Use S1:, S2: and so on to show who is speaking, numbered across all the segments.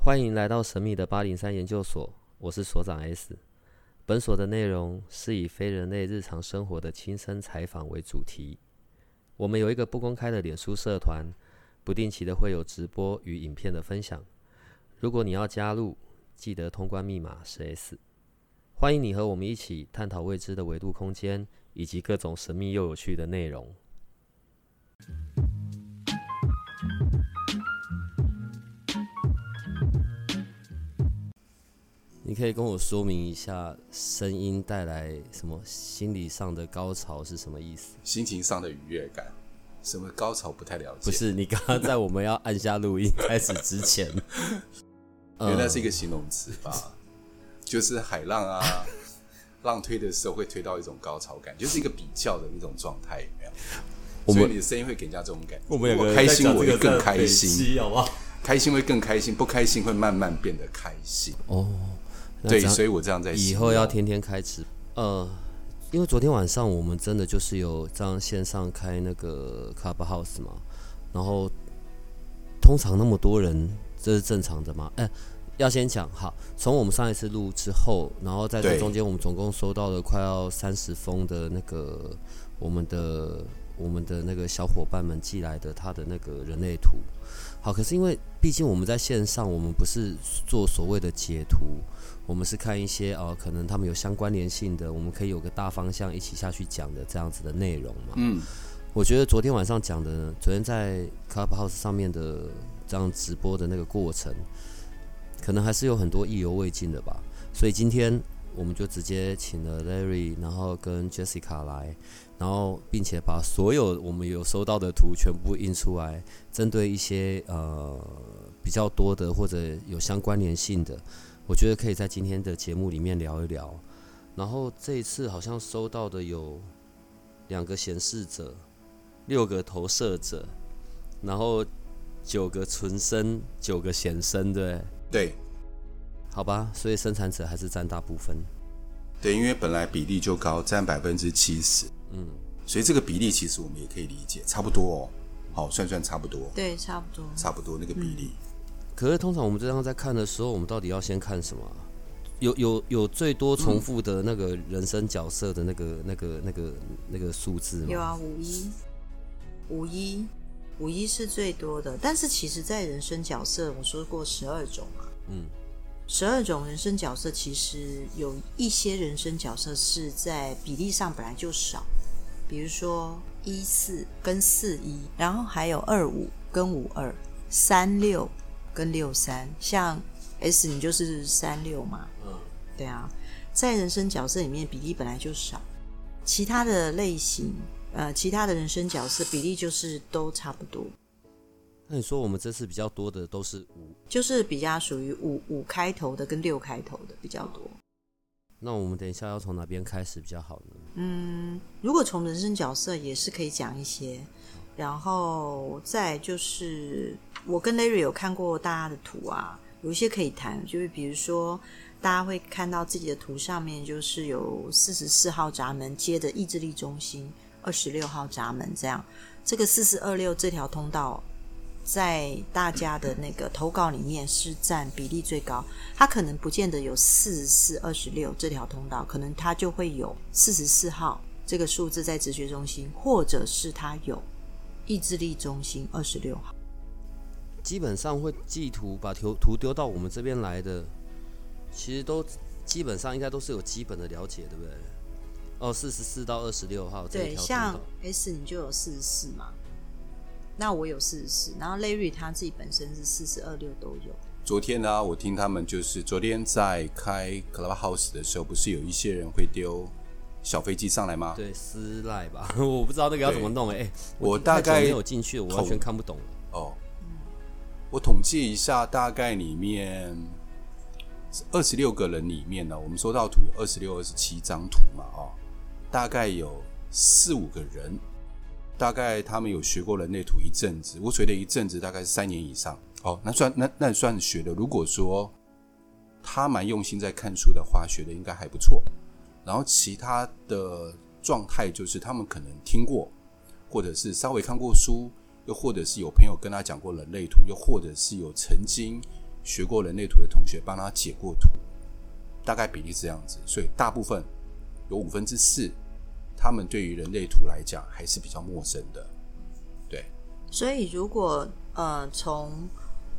S1: 欢迎来到神秘的803研究所，我是所长 S。本所的内容是以非人类日常生活的亲身采访为主题。我们有一个不公开的脸书社团，不定期的会有直播与影片的分享。如果你要加入，记得通关密码是 S。欢迎你和我们一起探讨未知的维度空间，以及各种神秘又有趣的内容。你可以跟我说明一下，声音带来什么心理上的高潮是什么意思？
S2: 心情上的愉悦感。什么高潮不太了解。
S1: 不是，你刚刚在我们要按下录音开始之前，
S2: 原来是一个形容词吧？就是海浪啊，浪推的时候会推到一种高潮感，就是一个比较的那种状态，有没有？所以你的声音会给人家这种感觉。
S1: 我们有个
S2: 开心，我会更开心，
S1: 好不好？
S2: 开心会更开心，不开心会慢慢变得开心。哦。对，所以我这样在
S1: 以后要天天开直因为昨天晚上我们真的就是有这样线上开那个 Clubhouse 嘛，然后通常那么多人，这是正常的吗？要先讲好，从我们上一次录之后，然后在这中间我们总共收到了快要30封的那个我们的那个小伙伴们寄来的他的那个人类图。好，可是因为毕竟我们在线上，我们不是做所谓的解图，我们是看一些可能他们有相关联性的，我们可以有个大方向一起下去讲的这样子的内容嘛。我觉得昨天晚上讲的，昨天在 Clubhouse 上面的这样直播的那个过程，可能还是有很多意犹未尽的吧。所以今天我们就直接请了 Larry， 然后跟 Jessica 来，然后并且把所有我们有收到的图全部印出来，针对一些比较多的或者有相关联性的，我觉得可以在今天的节目里面聊一聊。然后这一次好像收到的有2个显示者，6个投射者，然后9个纯生，9个显生，对？
S2: 对。
S1: 好吧，所以生产者还是占大部分。
S2: 对，因为本来比例就高，占70%。所以这个比例其实我们也可以理解，差不多哦。好，算差不多。
S3: 对，差不多
S2: 那个比例。
S1: 可是通常我们这样在看的时候，我们到底要先看什么？有最多重复的那个人生角色的那个数字吗？
S3: 有啊，51是最多的。但是其实在人生角色，我说过12种嘛。12种人生角色，其实有一些人生角色是在比例上本来就少，比如说14跟41，然后还有25跟52、36跟63。像 S 你就是36嘛，对啊，在人生角色里面比例本来就少，其他的类型其他的人生角色比例就是都差不多。
S1: 那你说我们这次比较多的都是5，
S3: 就是比较属于5开头的跟6开头的比较多。
S1: 那我们等一下要从哪边开始比较好呢？
S3: 如果从人生角色也是可以讲一些，然后再就是我跟 Larry 有看过大家的图啊，有一些可以谈，就是比如说大家会看到自己的图上面就是有44号闸门接着意志力中心，26号闸门这样，这个4426这条通道在大家的那个投稿里面是占比例最高，它可能不见得有4426这条通道，可能它就会有44号这个数字在直觉中心，或者是它有意志力中心26号。
S1: 基本上会寄图把图丢到我们这边来的，其实都基本上应该都是有基本的了解，对不对？44到26号这一条通道。对，
S3: 像 S 你就有44嘛，那我有44，然后 Larry 他自己本身是4426都有。
S2: 昨天呢，我听他们就是昨天在开 Clubhouse 的时候，不是有一些人会丢小飞机上来吗？对，
S1: 私赖吧，我不知道那个要怎么弄
S2: 我大概
S1: 没有进去，我完全看不懂
S2: 我统计一下，大概里面26个人里面呢，我们收到图有26、27张图嘛，大概有4-5个人。大概他们有学过人类图一阵子，我学的一阵子大概是3年以上。那算学的。如果说他蛮用心在看书的话，学的应该还不错。然后其他的状态就是他们可能听过，或者是稍微看过书，又或者是有朋友跟他讲过人类图，又或者是有曾经学过人类图的同学帮他解过图，大概比例是这样子，所以大部分有4%，他们对于人类图来讲还是比较陌生的。对，
S3: 所以如果从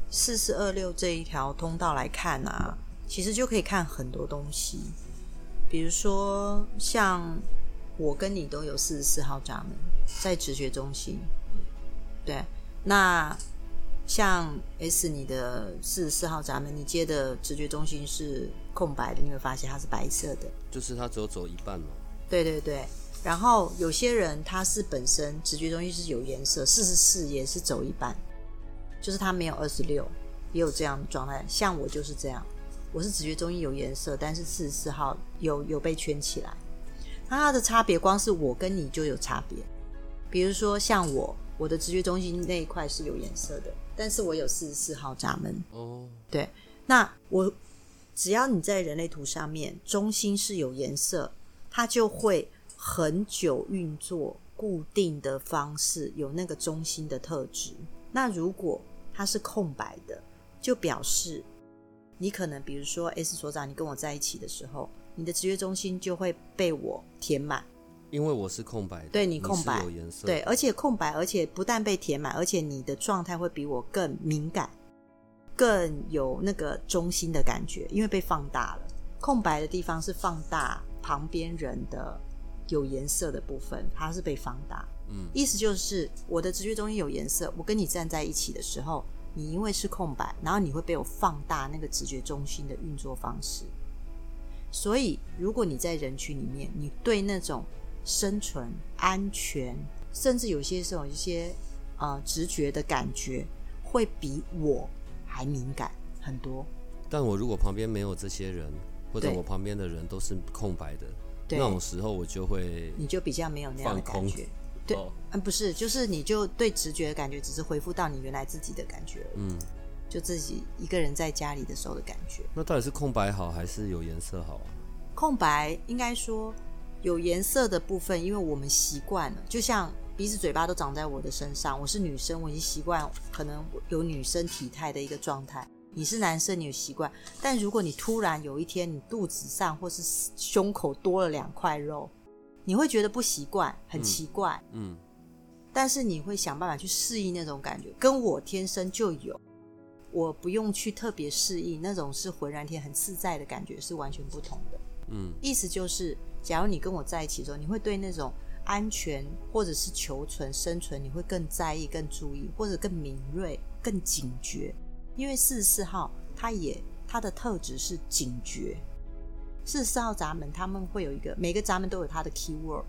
S3: 4426这一条通道来看啊，其实就可以看很多东西，比如说像我跟你都有44号闸门在直觉中心，对，那像 S 你的44号闸门，你接的直觉中心是空白的，你会发现它是白色的，
S1: 就是它只有走一半嘛。
S3: 对对对，然后有些人他是本身直觉中心是有颜色，44也是走一半，就是他没有26，也有这样的状态。像我就是这样，我是直觉中心有颜色，但是44号有被圈起来。那它的差别光是我跟你就有差别，比如说像我的直觉中心那一块是有颜色的，但是我有44号闸门。
S1: 哦，
S3: 对，那我只要你在人类图上面中心是有颜色，它就会很久运作，固定的方式，有那个中心的特质。那如果它是空白的，就表示你可能比如说 S 所长，你跟我在一起的时候，你的直觉中心就会被我填满，
S1: 因为我是空白的，
S3: 对，你空白，
S1: 你是有颜色，
S3: 对，而且空白，而且不但被填满，而且你的状态会比我更敏感，更有那个中心的感觉，因为被放大了。空白的地方是放大旁边人的有颜色的部分，它是被放大。意思就是我的直觉中心有颜色，我跟你站在一起的时候，你因为是空白，然后你会被我放大那个直觉中心的运作方式。所以如果你在人群里面，你对那种生存、安全，甚至有些这种一些直觉的感觉，会比我还敏感很多。
S1: 但我如果旁边没有这些人，或者我旁边的人都是空白的，那种时候我就会
S3: 你就比较没有那样的感觉。对，不是，就是你就对直觉的感觉只是恢复到你原来自己的感觉而已。就自己一个人在家里的时候的感觉。
S1: 那到底是空白好还是有颜色好啊？
S3: 空白应该说有颜色的部分，因为我们习惯了，就像鼻子嘴巴都长在我的身上，我是女生，我已经习惯可能有女生体态的一个状态，你是男生，你有习惯。但如果你突然有一天你肚子上或是胸口多了2块肉，你会觉得不习惯，很奇怪。但是你会想办法去适应那种感觉，跟我天生就有，我不用去特别适应，那种是浑然天很自在的感觉，是完全不同的。意思就是假如你跟我在一起的时候，你会对那种安全或者是求存生存，你会更在意、更注意，或者更敏锐、更警觉。因为44号它的特质是警觉。44号闸门他们会有一个，每个闸门都有它的 keyword，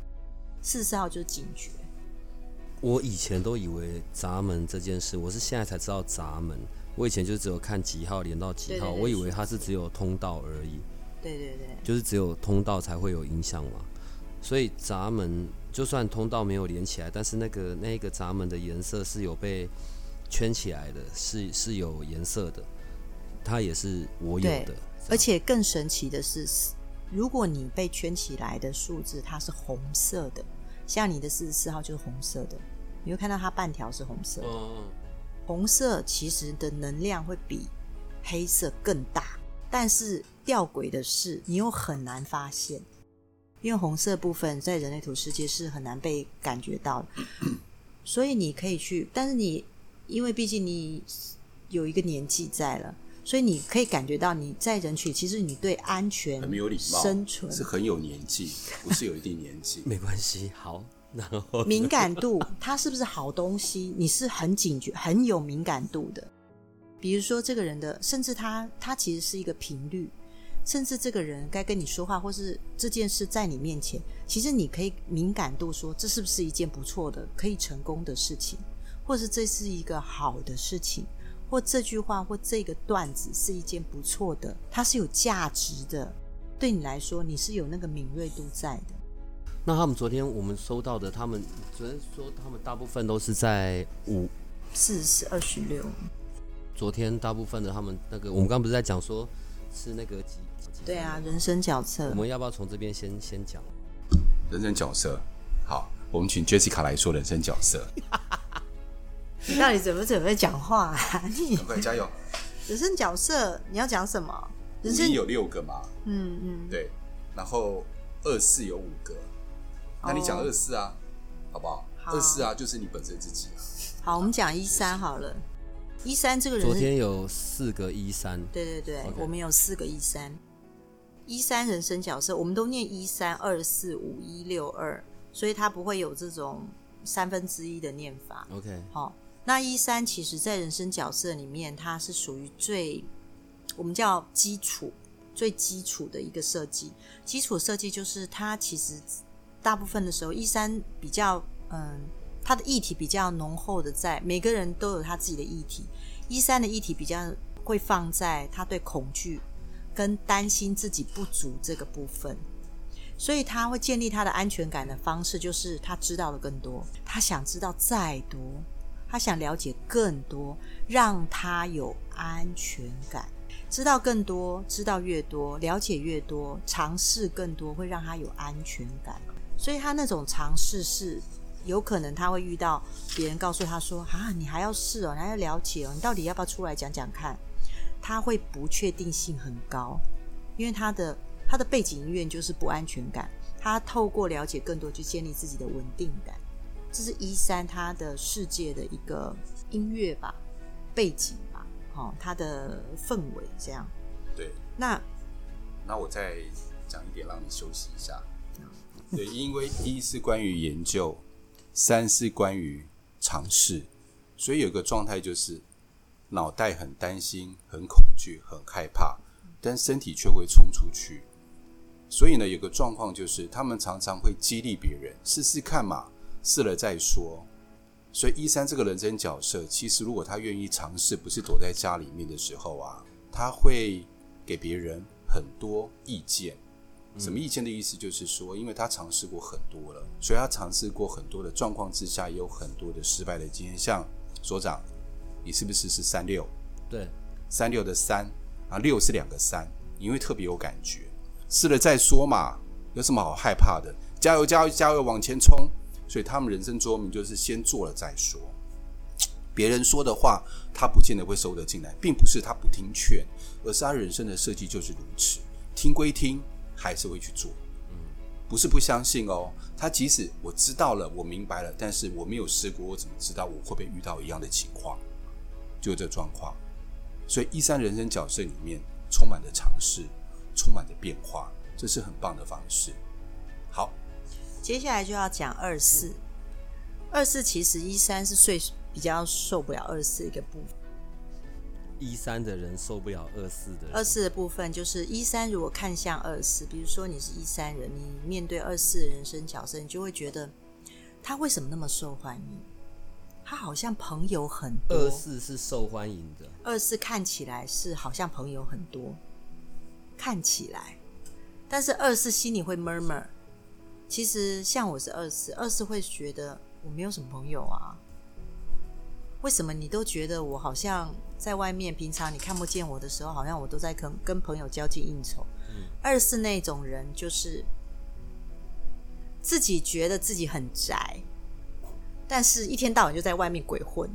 S3: 44号就是警觉。
S1: 我以前都以为闸门这件事，我是现在才知道闸门。我以前就只有看几号连到几号，
S3: 对对对，
S1: 我以为它是只有通道而已。
S3: 对对对，
S1: 就是只有通道才会有影响嘛。所以闸门就算通道没有连起来，但是那个闸门的颜色是有被圈起来的，是有颜色的，它也是我有的。
S3: 而且更神奇的是，如果你被圈起来的数字它是红色的，像你的44号就是红色的，你会看到它半条是红色的。红色其实的能量会比黑色更大，但是吊诡的是你又很难发现，因为红色部分在人类图世界是很难被感觉到的。所以你可以去，但是你因为毕竟你有一个年纪在了，所以你可以感觉到你在人群，其实你对安全、
S2: 很没有礼貌、
S3: 生存
S2: 是很有年纪，不是有一定年纪。
S1: 没关系，好。然后
S3: 敏感度，它是不是好东西？你是很警觉、很有敏感度的。比如说这个人的，甚至他其实是一个频率，甚至这个人该跟你说话，或是这件事在你面前，其实你可以敏感度说这是不是一件不错的、可以成功的事情，或是这是一个好的事情，或这句话或这个段子是一件不错的，它是有价值的，对你来说你是有那个敏锐度在的。
S1: 那他们昨天我们收到的，他们昨天说他们大部分都是在
S3: 4026。
S1: 昨天大部分的他们那个，我们刚刚不是在讲说是那个几
S3: 对啊，人生角色。
S1: 我们要不要从这边先讲
S2: 人生角色？好，我们请 Jessica 来说人生角色。
S3: 你到底准不准备讲话啊？
S2: 赶快加油！
S3: 人生角色你要讲什么？人生
S2: 5有6个嘛，对，然后24有5个，那你讲24啊，好不好？24啊，就是你本身自己啊。
S3: 好，我们讲13好了。13这个人
S1: 昨天有4个13，
S3: 对，
S1: Okay.
S3: 我们有4个13人生角色，我们都念13、24、5、1、6、2，所以它不会有这种1/3的念法。
S1: OK，
S3: 好，那13其实在人生角色里面，它是属于我们叫最基础的一个设计。基础设计就是它其实大部分的时候13比较他的议题比较浓厚的在每个人都有他自己的议题。13的议题比较会放在他对恐惧跟担心自己不足这个部分，所以他会建立他的安全感的方式就是他知道的更多，他想知道再多，他想了解更多，让他有安全感。知道更多，知道越多，了解越多，尝试更多，会让他有安全感。所以他那种尝试是有可能他会遇到别人告诉他说你还要试哦，你还要了解哦，你到底要不要出来讲讲看。他会不确定性很高，因为他的背景音乐就是不安全感，他透过了解更多去建立自己的稳定感。这是13他的世界的一个音乐吧，背景吧，他的氛围这样。
S2: 对，
S3: 那
S2: 我再讲一点让你休息一下。对，因为1是关于研究，3是关于尝试，所以有个状态就是脑袋很担心、很恐惧、很害怕，但身体却会冲出去。所以呢，有个状况就是他们常常会激励别人试试看嘛，试了再说。所以13这个人生角色，其实如果他愿意尝试，不是躲在家里面的时候啊，他会给别人很多意见。什么意见的意思就是说，因为他尝试过很多了，所以他尝试过很多的状况之下，也有很多的失败的经验。像所长，你是不是36？
S1: 对
S2: ，36的3啊，6是2个3，你会特别有感觉。试了再说嘛，有什么好害怕的？加油加油加油，往前冲！所以他们人生座右铭就是先做了再说。别人说的话，他不见得会收得进来，并不是他不听劝，而是他人生的设计就是如此。听归听，还是会去做。不是不相信哦，他即使我知道了，我明白了，但是我没有试过，我怎么知道我会不会遇到一样的情况？就这状况。所以13人生角色里面充满了尝试，充满了变化，这是很棒的方式。好，
S3: 接下来就要讲24其实13是最比较受不了24的一个部分。
S1: 13的人受不了24的人。
S3: 24的部分就是13如果看向24，比如说你是13人，你面对24的人生角色，你就会觉得他为什么那么受欢迎？他好像朋友很多。
S1: 24是受欢迎的。
S3: 24看起来是好像朋友很多，看起来，但是24心里会 murmur。其实像我是24会觉得我没有什么朋友啊。为什么你都觉得我好像在外面，平常你看不见我的时候，好像我都在跟朋友交际应酬。24那种人就是自己觉得自己很宅，但是一天到晚就在外面鬼混。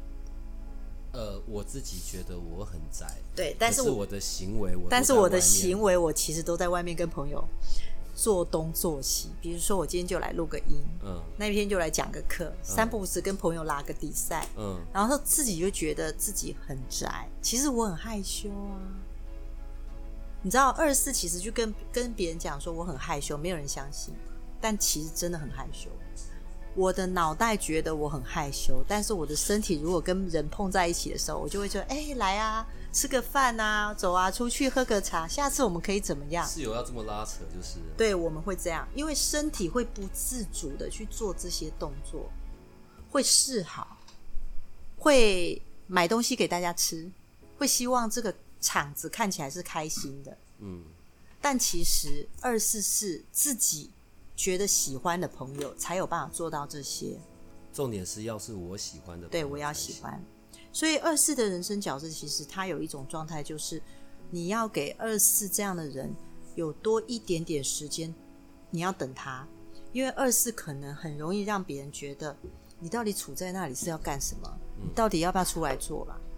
S1: 我自己觉得我很宅，
S3: 对，但是
S1: 我的行为
S3: 但是我的行为我其实都在外面跟朋友做东做西。比如说我今天就来录个音，那天就来讲个课，三不五时跟朋友拉个比赛，然后自己就觉得自己很宅，其实我很害羞啊。你知道24其实就跟别人讲说我很害羞，没有人相信，但其实真的很害羞。我的脑袋觉得我很害羞，但是我的身体如果跟人碰在一起的时候，我就会说来啊，吃个饭啊，走啊，出去喝个茶，下次我们可以怎么样？
S1: 是有要这么拉扯就是
S3: 对，我们会这样，因为身体会不自主的去做这些动作，会示好，会买东西给大家吃，会希望这个场子看起来是开心的。但其实24是自己觉得喜欢的朋友才有办法做到这些。
S1: 重点是要是我喜欢的朋友，
S3: 对，我要喜欢。所以24的人生角色其实他有一种状态，就是你要给24这样的人有多一点点时间，你要等他，因为24可能很容易让别人觉得你到底处在那里是要干什么，你到底要不要出来做吧？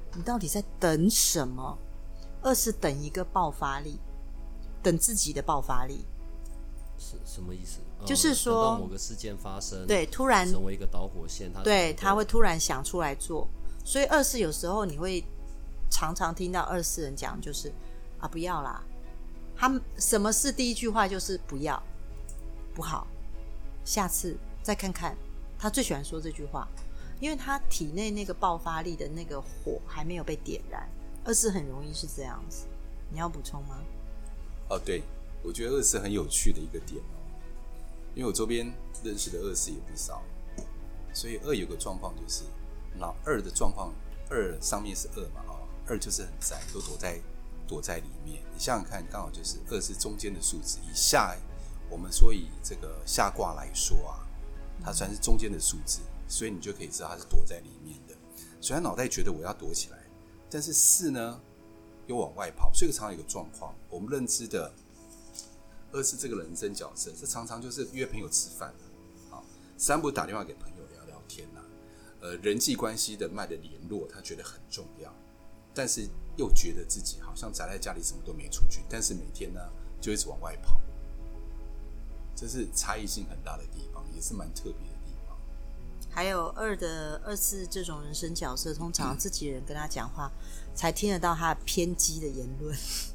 S3: 你到底在等什么？二是等一个爆发力，等自己的爆发力。
S1: 是什么意思？
S3: 就是说
S1: 等到某个事件发生，
S3: 对，突然
S1: 成为一个导火线，
S3: 他会突然想出来做。所以二四有时候你会常常听到二四人讲，就是啊不要啦，他什么事第一句话就是不要，不好，下次再看看。他最喜欢说这句话，因为他体内那个爆发力的那个火还没有被点燃。二四很容易是这样子，你要补充吗？
S2: 对，我觉得二四很有趣的一个点因为我周边认识的二四也不少，所以二有个状况就是，那二的状况，二上面是二嘛二就是很宅，都躲在里面。你想想看，刚好就是二是中间的数字，我们说以这个下卦来说它算是中间的数字，所以你就可以知道它是躲在里面的。所以他脑袋觉得我要躲起来，但是四呢又往外跑，所以常常有一个状况，我们认知的二是这个人生角色，这常常就是约朋友吃饭三不打电话给朋友聊聊天人际关系的脉的联络，他觉得很重要，但是又觉得自己好像宅在家里什么都没出去，但是每天呢就一直往外跑，这是差异性很大的地方，也是蛮特别的地方。
S3: 还有二四这种人生角色，通常自己人跟他讲话，才听得到他偏激的言论。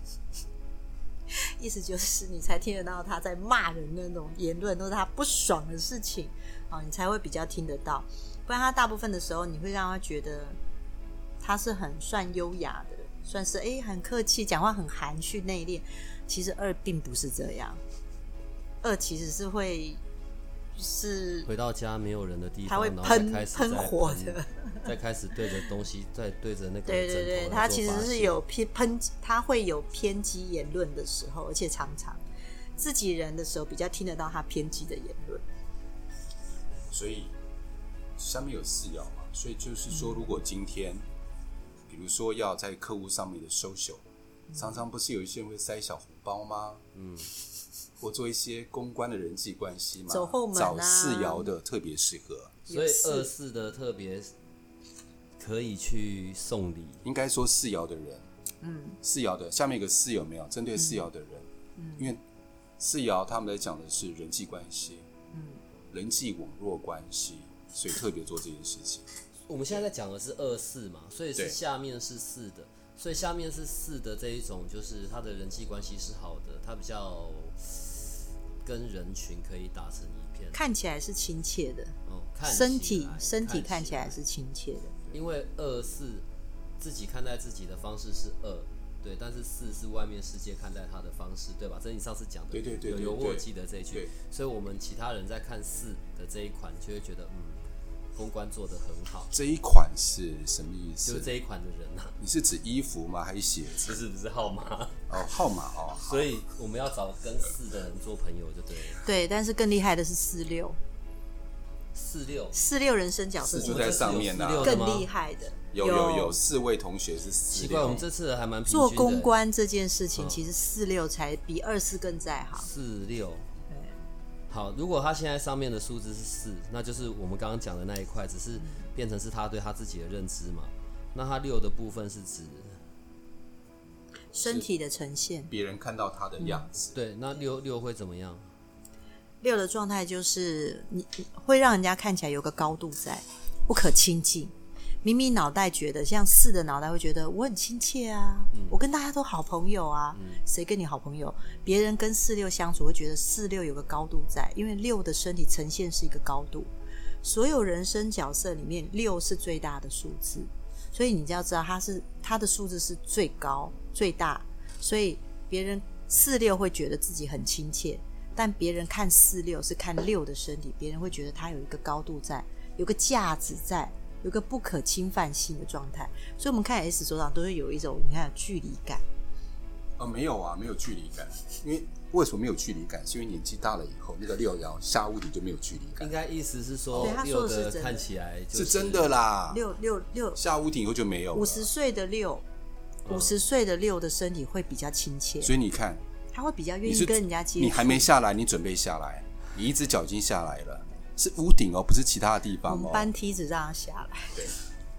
S3: 意思就是你才听得到他在骂人的那种言论，都是他不爽的事情你才会比较听得到。不然他大部分的时候，你会让他觉得他是很算优雅的，算是很客气，讲话很含蓄内敛。其实二并不是这样，二其实是会就是回
S1: 到家没有人的地方，
S3: 他会喷火的，
S1: 再开始对着东西，再对着那个
S3: 对对对，他其实是有他会有偏激言论的时候，而且常常自己人的时候比较听得到他偏激的言论。
S2: 所以下面有四爻嘛，所以就是说，如果今天比如说要在客户上面的 social，常常不是有一些人会塞小红包吗？或做一些公关的人际关系嘛，
S3: 走后门
S2: 找四爻的特别适合。
S1: 所以二四的特别可以去送礼，
S2: 应该说四爻的人，四爻的下面一个四有没有针对四爻的人？因为四爻他们在讲的是人际关系，人际网络关系，所以特别做这件事情。
S1: 我们现在在讲的是二四嘛，所以是下面是四的，所以下面是四的这一种，就是他的人际关系是好的，他比较跟人群可以打成一片，
S3: 看起来是亲切的，身体看起来是亲切的。
S1: 因为二四自己看待自己的方式是二，对，但是四是外面世界看待他的方式，对吧？这是你上次讲的，
S2: 对，
S1: 有我记得这一句，所以我们其他人在看四的这一款，就会觉得公关做得很好。
S2: 这一款是什么意思？
S1: 就是这一款的人
S2: 你是指衣服吗？还是鞋子？
S1: 不是号码
S2: 号码
S1: 所以我们要找跟四的人做朋友就对了。
S3: 对，但是更厉害的是四六人生角色
S2: 就在上面
S3: 更厉害的
S2: 有4位同学是4
S1: 奇怪，我们这次还蛮平均
S3: 的。做公关这件事情，其实4、6才比2、4更在行。
S1: 4、6，好，如果他现在上面的数字是4，那就是我们刚刚讲的那一块，只是变成是他对他自己的认知嘛。那他6的部分是指
S3: 身体的呈现，
S2: 别人看到他的样子。
S1: 对，那六会怎么样
S3: ？6的状态就是你会让人家看起来有个高度在，不可亲近。明明脑袋觉得像4的脑袋会觉得我很亲切啊，我跟大家都好朋友啊，谁跟你好朋友？别人跟4、6相处会觉得4、6有个高度在，因为6的身体呈现是一个高度。所有人生角色里面6是最大的数字，所以你就要知道他的数字是最高最大，所以别人4、6会觉得自己很亲切，但别人看4、6是看6的身体，别人会觉得他有一个高度在，有个价值在，有个不可侵犯性的状态。所以我们看 S 手掌都会有一种你看有距离感。
S2: 没有啊，没有距离感。因为什么没有距离感？是因为年纪大了以后，那个6爻下屋顶就没有距离感。
S1: 应该意思是说6的看起来
S2: 是真的啦。
S3: 6
S2: 下屋顶以后就没有了。
S3: 50岁的6的身体会比较亲切，
S2: 所以你看
S3: 他会比较愿意跟人家接触。
S2: 你还没下来，你准备下来，你一只脚已经下来了，是屋顶哦，不是其他的地方哦。
S3: 我们搬梯子让他下来。
S2: 对，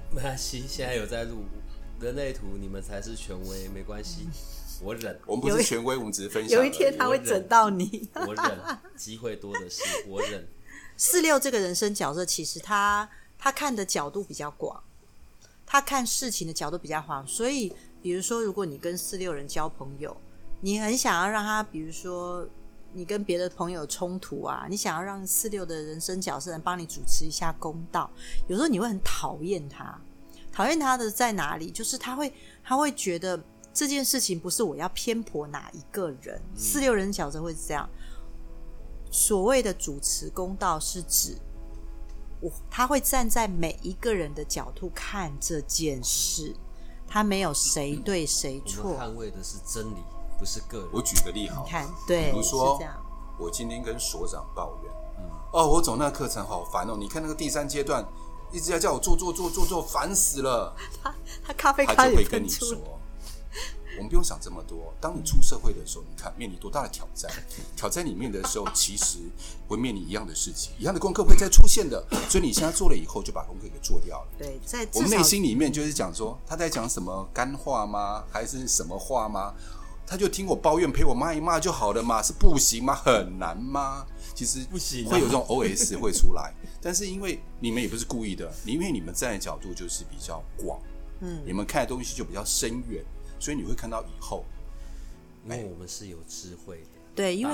S1: 没关系，现在有在录人类图，你们才是权威，没关系，我忍。
S2: 我们不是权威，我们只是分享而已。
S3: 有一天他会整到你，
S1: 我忍，机会多的是，我忍。
S3: 46这个人生角色，其实他看的角度比较广，他看事情的角度比较广，所以比如说，如果你跟46人交朋友，你很想要让他，比如说你跟别的朋友冲突啊，你想要让46的人生角色人帮你主持一下公道，有时候你会很讨厌他。讨厌他的在哪里？就是他会觉得这件事情不是我要偏颇哪一个人。46人角色会是这样。所谓的主持公道是指他会站在每一个人的角度看这件事，他没有谁对谁错。
S1: 我们捍卫的是真理，不是个人。
S2: 我举个例好了，
S3: 看，对，
S2: 比如说
S3: 是这样。
S2: 我今天跟所长抱怨，我走那个课程好烦哦，你看那个第3阶段一直在叫我做，烦死了。
S3: 他咖啡
S2: 他
S3: 咖喱
S2: 就会跟你说，我们不用想这么多。当你出社会的时候，你看面临多大的挑战？挑战里面的时候，其实会面临一样的事情，一样的功课会再出现的。所以你现在做了以后，就把功课给做掉了。
S3: 对，在
S2: 我们内心里面就是讲说，他在讲什么干话吗？还是什么话吗？他就听我抱怨，陪我骂一骂就好了嘛，是不行吗？很难吗？其实
S1: 不行
S2: 会有这种 OS 会出来，但是因为你们也不是故意的，因为你们站的角度就是比较广，你们看的东西就比较深远，所以你会看到以后。
S1: 因为我们是有智慧的，
S3: 对，因为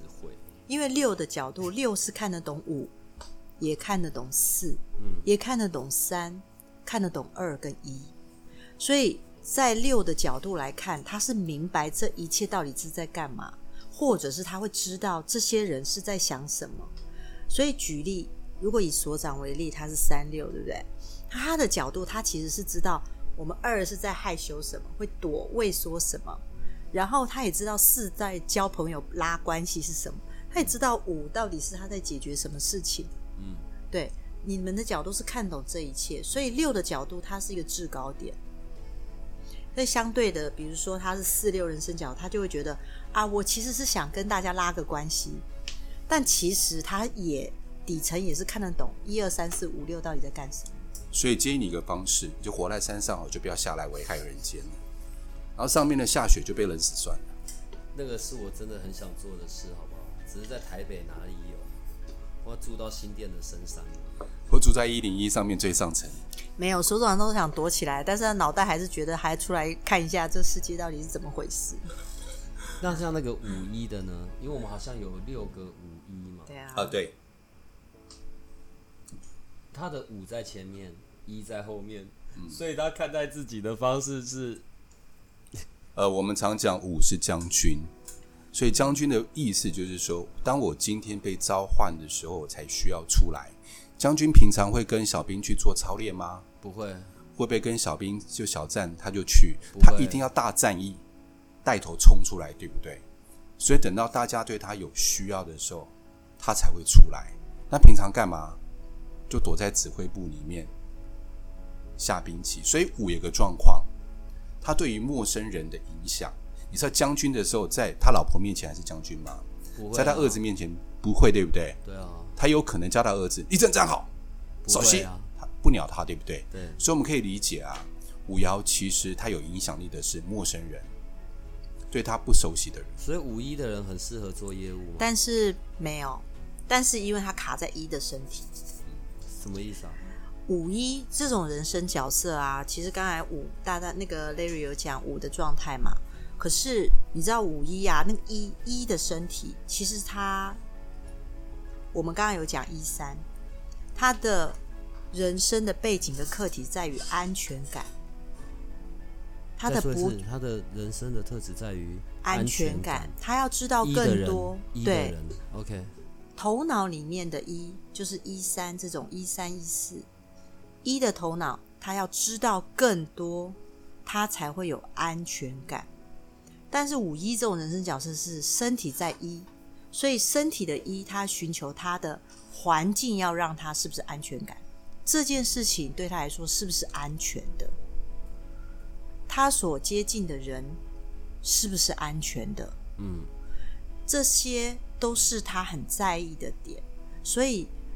S3: 6的角度，6是看得懂5，也看得懂4，也看得懂3，看得懂2跟1，所以在6的角度来看，他是明白这一切到底是在干嘛，或者是他会知道这些人是在想什么。所以举例，如果以所长为例，他是36，对不对？他的角度，他其实是知道我们2是在害羞什么，会躲畏缩什么，然后他也知道4在交朋友拉关系是什么，他也知道5到底是他在解决什么事情。对，你们的角度是看懂这一切，所以6的角度它是一个制高点。所以相对的，比如说他是46人生角，他就会觉得啊，我其实是想跟大家拉个关系，但其实他也底层也是看得懂1、2、3、4、5、6到底在干什么。
S2: 所以建议你一个方式，你就活在山上，就不要下来危害人间了。然后上面的下雪就被冷死算了。
S1: 那个是我真的很想做的事，好不好？只是在台北哪里有？我要住到新店的深山。
S2: 我住在101上面最上层。
S3: 没有，所有人都想躲起来，但是他脑袋还是觉得还出来看一下这世界到底是怎么回事。
S1: 那像那个51的呢？因为我们好像有6个51嘛。
S3: 对啊。
S2: 对。
S1: 他的5在前面，1在后面，所以他看待自己的方式是，
S2: 我们常讲5是将军，所以将军的意思就是说，当我今天被召唤的时候，我才需要出来。将军平常会跟小兵去做操练吗？
S1: 不会。
S2: 会不会跟小兵就小战他就去？他一定要大战役，带头冲出来，对不对？所以等到大家对他有需要的时候，他才会出来。那平常干嘛？就躲在指挥部里面下兵棋。所以5有个状况，他对于陌生人的影响。你知道将军的时候，在他老婆面前还是将军吗？
S1: 不会啊。
S2: 在他儿子面前不会，对不对？
S1: 对啊。
S2: 他有可能叫他儿子立正站好，首席，他不鸟他，对不对？
S1: 对。
S2: 所以我们可以理解啊，5爻其实他有影响力的是陌生人，对他不熟悉的人。
S1: 所以51的人很适合做业务吗？
S3: 但是没有，但是因为他卡在1的身体。
S1: 什么意思啊
S3: ？51这种人生角色啊，其实刚才5大那个 Larry 有讲5的状态嘛。可是你知道51啊，那个1的身体，其实我们刚刚有讲13，他的人生的背景的课题在于安全感。他的
S1: 人生的特质在于
S3: 安全感，他要知道更多。
S1: 对 ，OK。
S3: 头脑里面的就是13这种13、14，的头脑他要知道更多，他才会有安全感。但是51这种人生角色是身体在1，所以身体的他寻求他的环境要让他是不是安全感，这件事情对他来说是不是安全的，他所接近的人是不是安全的，这些都是他很在意的点。所以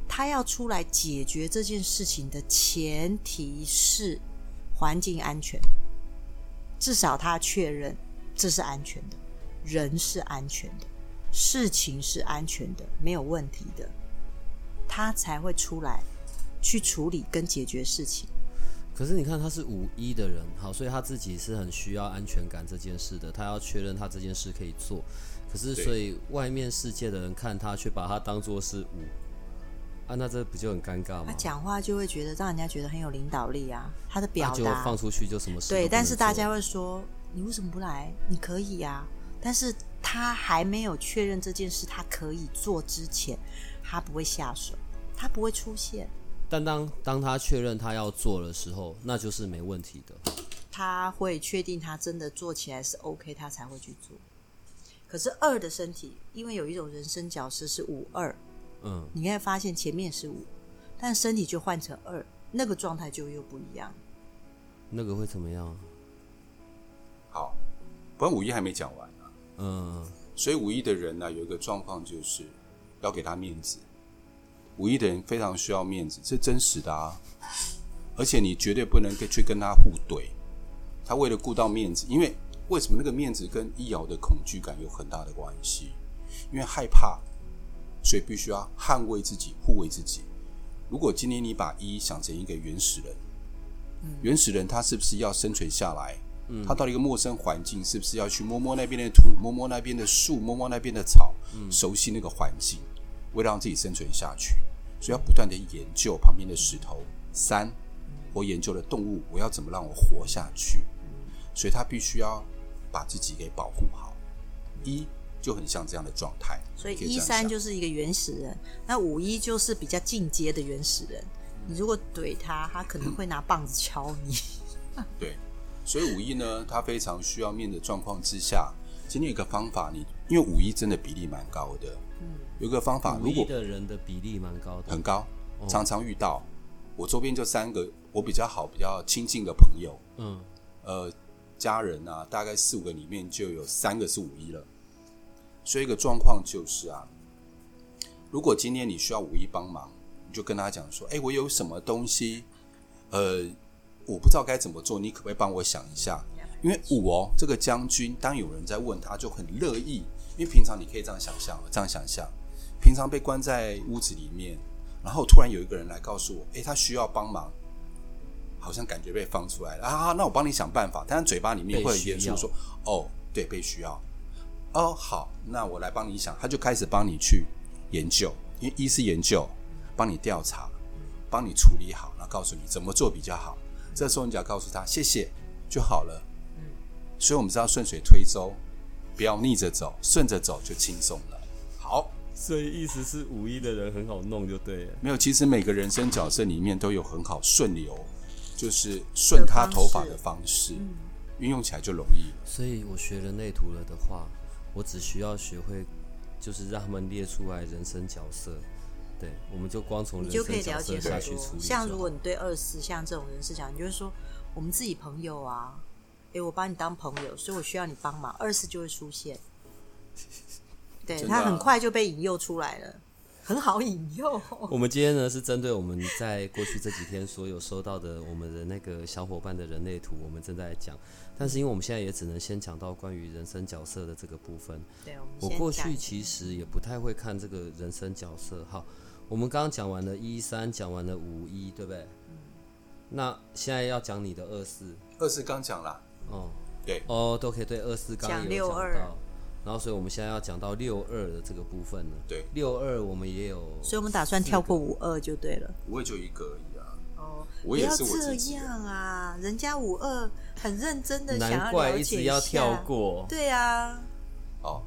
S3: 他要出来解决这件事情的前提是环境安全，至少他确认这是安全的，人是安全的，事情是安全的，没有问题的，他才会出来去处理跟解决事情。
S1: 可是你看他是51的人，好，所以他自己是很需要安全感这件事的，他要确认他这件事可以做。可是所以外面世界的人看他，却把他当作是5啊，那这不就很尴尬吗？
S3: 他讲话就会觉得让人家觉得很有领导力啊，他的表达
S1: 就放出去就什么事都不能做。
S3: 对，但是大家会说你为什么不来？你可以啊，但是他还没有确认这件事他可以做之前，他不会下手，他不会出现。
S1: 但当他确认他要做的时候，那就是没问题的。
S3: 他会确定他真的做起来是 OK， 他才会去做。可是2的身体，因为有一种人生角色是5-2，你可以发现前面是5，但身体就换成2，那个状态就又不一样。
S1: 那个会怎么样？
S2: 好，不然51还没讲完啊。所以51的人呢，有一个状况就是要给他面子。51的人非常需要面子，这是真实的啊，而且你绝对不能去跟他互怼。他为了顾到面子，因为为什么那个面子跟一爻的恐惧感有很大的关系？因为害怕，所以必须要捍卫自己，护卫自己。如果今天你把1想成一个原始人，原始人他是不是要生存下来？他到了一个陌生环境，是不是要去摸摸那边的土，摸摸那边的树，摸摸那边的草，熟悉那个环境，为了让自己生存下去，所以要不断的研究旁边的石头、山，或研究的动物，我要怎么让我活下去？所以他必须要把自己给保护好。1就很像这样的状态，
S3: 所以1-3就是一个原始人，那5-1就是比较进阶的原始人。你如果怼他，他可能会拿棒子敲你。
S2: 对，所以5-1呢，他非常需要面的状况之下，今天有一个方法，因为5-1真的比例蛮高的，有一个方法，如果
S1: 5-1的人的比例蛮高的，
S2: 很高，常常遇到。我周边就3个我比较好、比较亲近的朋友，家人啊，大概4-5个里面就有3个是5-1了。所以一个状况就是啊，如果今天你需要5-1帮忙，你就跟他讲说，我有什么东西，我不知道该怎么做，你可不可以帮我想一下？因为5这个将军，当有人在问他，就很乐意，因为平常你可以这样想象，平常被关在屋子里面，然后突然有一个人来告诉我，他需要帮忙，好像感觉被放出来了啊，那我帮你想办法，但嘴巴里面会很严肃说，对，被需要。好，那我来帮你想，他就开始帮你去研究，因为1是研究，帮你调查，帮你处理好，然后告诉你怎么做比较好。这时候你只要告诉他谢谢就好了。所以我们知道顺水推舟，不要逆着走，顺着走就轻松了。好，
S1: 所以意思是5-1的人很好弄就对了。
S2: 没有，其实每个人生角色里面都有很好顺流，就是顺他头发的方式，运用起来就容易了。
S1: 所以我学人类图了的话，我只需要学会，就是让他们列出来人生角色，对，我们就光从人生角色下去处理。
S3: 像如果你对24像这种人是讲，你就会说我们自己朋友啊，我把你当朋友，所以我需要你帮忙，24就会出现。对，他很快就被引诱出来了，很好引诱。
S1: 我们今天呢是针对我们在过去这几天所有收到的我们的那个小伙伴的人类图，我们正在讲。但是因为我们现在也只能先讲到关于人生角色的这个部分。
S3: 对，
S1: 我过去其实也不太会看这个人生角色。好，我们刚刚讲完了1-3，讲完了5-1，对不对？那现在要讲你的24
S2: 刚讲了。对。
S1: 都可以。对，24刚刚有讲到。然后，所以我们现在要讲到62的这个部分了。
S2: 对
S1: ，62我们也有，
S3: 所以我们打算跳过52就对了。
S2: 5就一个而已啊。
S3: 我也是我自己。不要这样啊！人家52很认真的想要了解一下，
S1: 难怪一直要跳过。
S3: 对啊。
S2: 好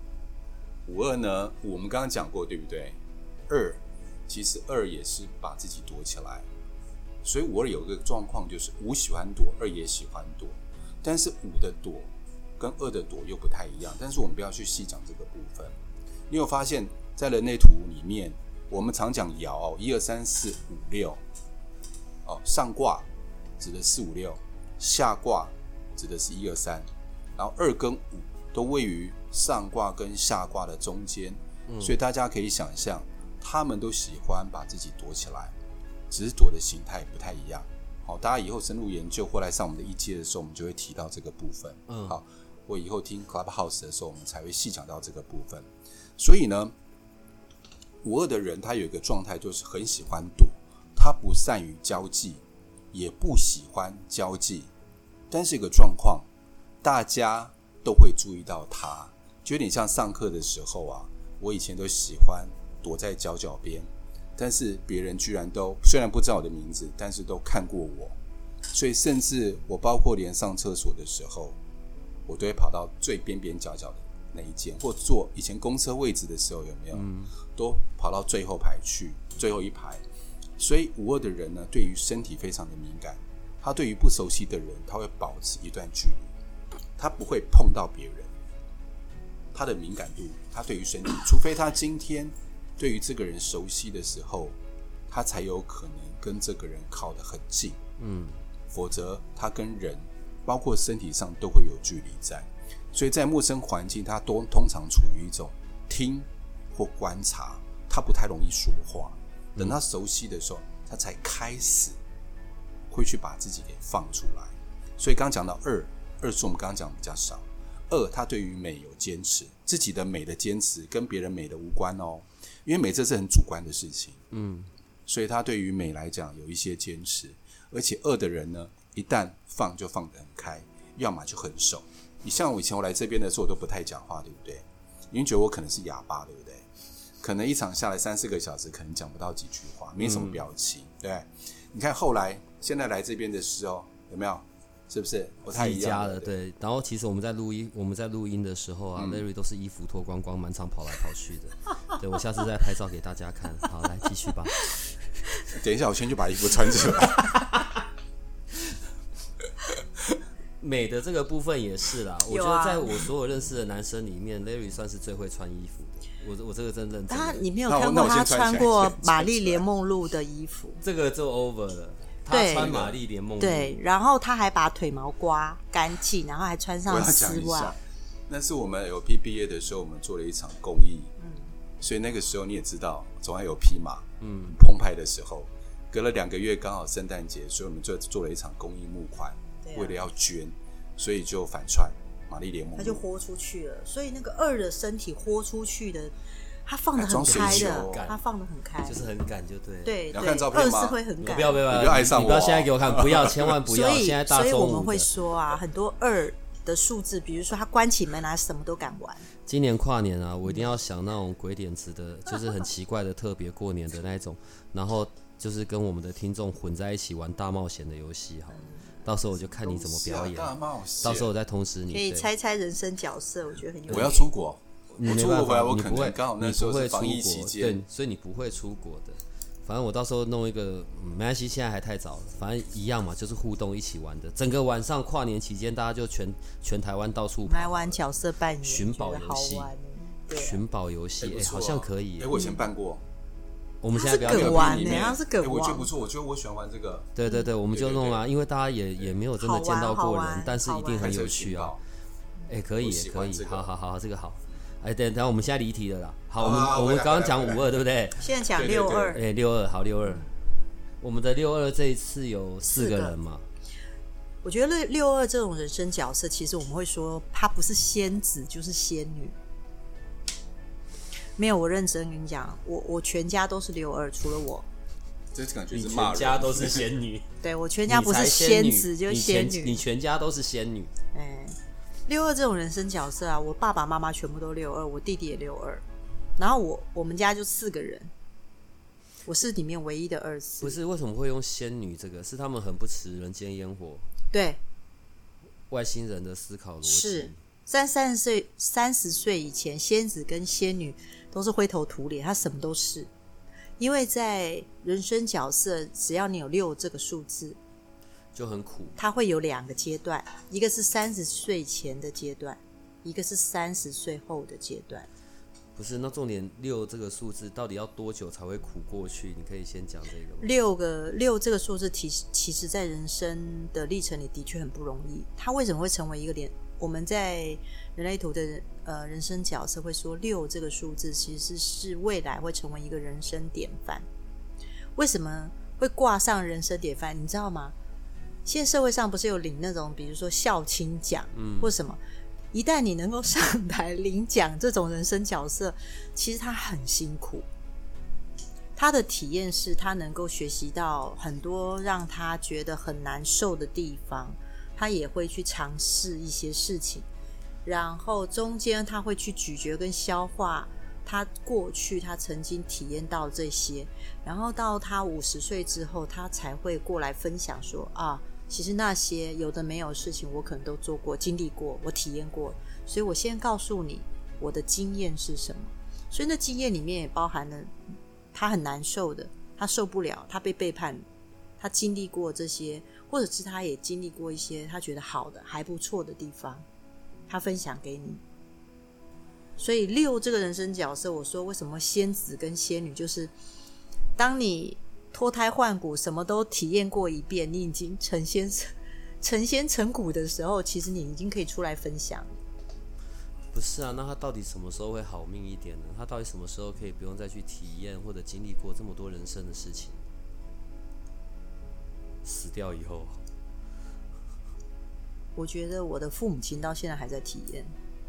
S2: ，52呢，我们刚刚讲过，对不对？2其实2也是把自己躲起来，所以52有一个状况就是5喜欢躲，2也喜欢躲，但是5的躲跟2的躲又不太一样，但是我们不要去细讲这个部分。你有发现，在人类图里面，我们常讲爻1、2、3、4、5、6，上卦指的是4、5、6，下卦指的是1、2、3，然后2跟5都位于上卦跟下卦的中间，所以大家可以想象他们都喜欢把自己躲起来，只是躲的形态不太一样。好，大家以后深入研究或来上我们的一阶的时候，我们就会提到这个部分。好，我以后听 Clubhouse 的时候，我们才会细讲到这个部分。所以呢，52的人他有一个状态，就是很喜欢躲，他不善于交际，也不喜欢交际，但是有个状况，大家都会注意到他，就有点像上课的时候啊，我以前都喜欢躲在角角边，但是别人居然都虽然不知道我的名字，但是都看过我，所以甚至我包括连上厕所的时候，我都会跑到最边边角角的那一间，或坐以前公车位置的时候有没有，都跑到最后排去，最后一排。所以52的人呢，对于身体非常的敏感，他对于不熟悉的人，他会保持一段距离，他不会碰到别人。他的敏感度，他对于身体，除非他今天对于这个人熟悉的时候，他才有可能跟这个人靠得很近。否则他跟人包括身体上都会有距离在。所以在陌生环境，他通常处于一种听或观察，他不太容易说话。等他熟悉的时候，他才开始会去把自己给放出来。所以刚讲到二是我们刚刚讲比较少。他对于美有坚持，自己的美的坚持跟别人美的无关哦，因为美这是很主观的事情。所以他对于美来讲有一些坚持，而且2的人呢，一旦放就放得很开，要么就很守。你像我以前我来这边的时候，我都不太讲话，对不对？你觉得我可能是哑巴，对不对？可能一场下来3-4个小时，可能讲不到几句话，没什么表情，对不对？你看后来现在来这边的时候，有没有？是不是不太一样
S1: 了？对。然后其实我们在录音的时候啊，Larry 都是衣服脱光光，满场跑来跑去的。对，我下次再拍照给大家看。好，来继续吧。
S2: 等一下，我先去把衣服穿起来。
S1: 美的这个部分也是啦，我觉得在我所有认识的男生里面，Larry 算是最会穿衣服的。我这个真认真。
S3: 你没有看过他穿过玛丽莲梦露的衣服？
S1: 这个就 over 了。他穿玛丽莲梦露，
S3: 对，然后他还把腿毛刮干净，然后还穿上丝袜。
S2: 那是我们 LP 毕业的时候，我们做了一场公益，所以那个时候你也知道，总要有匹马，澎湃的时候，隔了2个月刚好圣诞节，所以我们就做了一场公益募款，为了要捐，所以就反串玛丽莲梦露，
S3: 他就豁出去了，所以那个2的身体豁出去的。他放得很开的，他放得很开，
S1: 就是很赶就对了。
S3: 对，
S2: 要看照片吗？
S3: 2是会很赶。
S1: 不要
S2: 爱上我，
S1: 你不要现在给我看，不要，千万不要。现在大中午的，
S3: 所以我们会说啊，很多2的数字，比如说他关起门来什么都敢玩。
S1: 今年跨年啊，我一定要想那种鬼点子的，就是很奇怪的特别过年的那一种，然后就是跟我们的听众混在一起玩大冒险的游戏哈。到时候我就看你怎么表演，到时候我再通知你。
S3: 可以猜猜人生角色，我觉得很有趣。
S2: 我要出国。
S1: 我出国回来，
S2: 我可能刚好那时候是防疫期间，
S1: 对，所以你不会出国的。反正我到时候弄一个，没关系，现在还太早了。反正一样嘛，就是互动一起玩的。整个晚上跨年期间，大家就全台湾到处跑，
S3: 来玩角色扮演、
S1: 寻宝游戏、寻宝游戏，好像可以。
S2: 我以前办过。
S1: 我们现在不要
S3: 梗玩呢，他是梗玩。
S2: 我觉得不错，我觉得我喜欢玩这个。
S1: 对，我们就弄啊，因为大家也没有真的见到过人，但是一定很有趣啊。可以，好，这个好。等下我们现在离题了啦。好，我们刚刚讲52，对不对？
S3: 现在讲62。
S1: 62，好62。我们的62这一次有4个人嘛？
S3: 我觉得62这种人生角色，其实我们会说，他不是仙子就是仙女。没有，我认真跟你讲，我全家都是62，除了我。
S2: 这感觉是骂人。
S1: 你全家都是仙女。
S3: 对，我全家不是仙子就是仙女。
S1: 你全家都是仙女。
S3: 62这种人生角色啊，我爸爸妈妈全部都62，我弟弟也62，然后我们家就4个人，我是里面唯一的24。
S1: 不是，为什么会用仙女这个？是他们很不食人间烟火。
S3: 对，
S1: 外星人的思考逻辑
S3: 是30岁以前，仙子跟仙女都是灰头土脸，他什么都是。因为在人生角色，只要你有6这个数字，
S1: 就很苦。
S3: 它会有2个阶段，一个是30岁前的阶段，一个是30岁后的阶段。
S1: 不是，那重点6这个数字到底要多久才会苦过去？你可以先讲这个吗
S3: ？6这个数字其实在人生的历程里的确很不容易。它为什么会成为一个我们在人类图的人生角色会说6这个数字其实是未来会成为一个人生典范。为什么会挂上人生典范？你知道吗？现在社会上不是有领那种比如说孝亲奖或什么，一旦你能够上台领奖，这种人生角色其实他很辛苦，他的体验是他能够学习到很多让他觉得很难受的地方，他也会去尝试一些事情，然后中间他会去咀嚼跟消化他过去他曾经体验到这些，然后到他50岁之后他才会过来分享说啊，其实那些有的没有的事情我可能都做过经历过我体验过，所以我先告诉你我的经验是什么。所以那经验里面也包含了他很难受的，他受不了，他被背叛，他经历过这些，或者是他也经历过一些他觉得好的还不错的地方，他分享给你。所以6这个人生角色，我说为什么仙子跟仙女，就是当你脱胎换骨什么都体验过一遍，你已经成仙成骨的时候，其实你已经可以出来分享。
S1: 不是啊，那他到底什么时候会好命一点呢？他到底什么时候可以不用再去体验或者经历过这么多人生的事情？死掉以后，
S3: 我觉得我的父母亲到现在还在体验。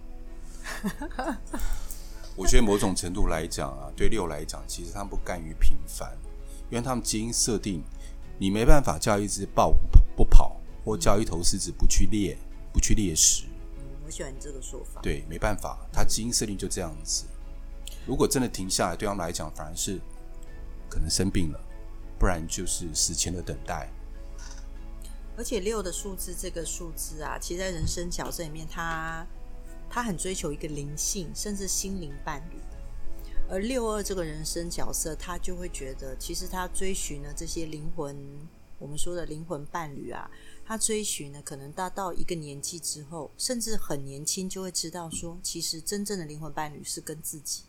S2: 我觉得某种程度来讲啊，对6来讲，其实他们不甘于平凡，因为他们基因设定，你没办法叫一只豹不跑，或叫一头狮子不去猎食。
S3: 我喜欢你这个说法。
S2: 对，没办法，他基因设定就这样子。如果真的停下来，对他们来讲，反而是可能生病了，不然就是死前的等待。
S3: 而且6的数字，这个数字啊，其实在人生角色里面，他很追求一个灵性，甚至心灵伴侣。而62这个人生角色，他就会觉得，其实他追寻的这些灵魂，我们说的灵魂伴侣啊，他追寻呢，可能到一个年纪之后，甚至很年轻就会知道说，其实真正的灵魂伴侣是跟自己。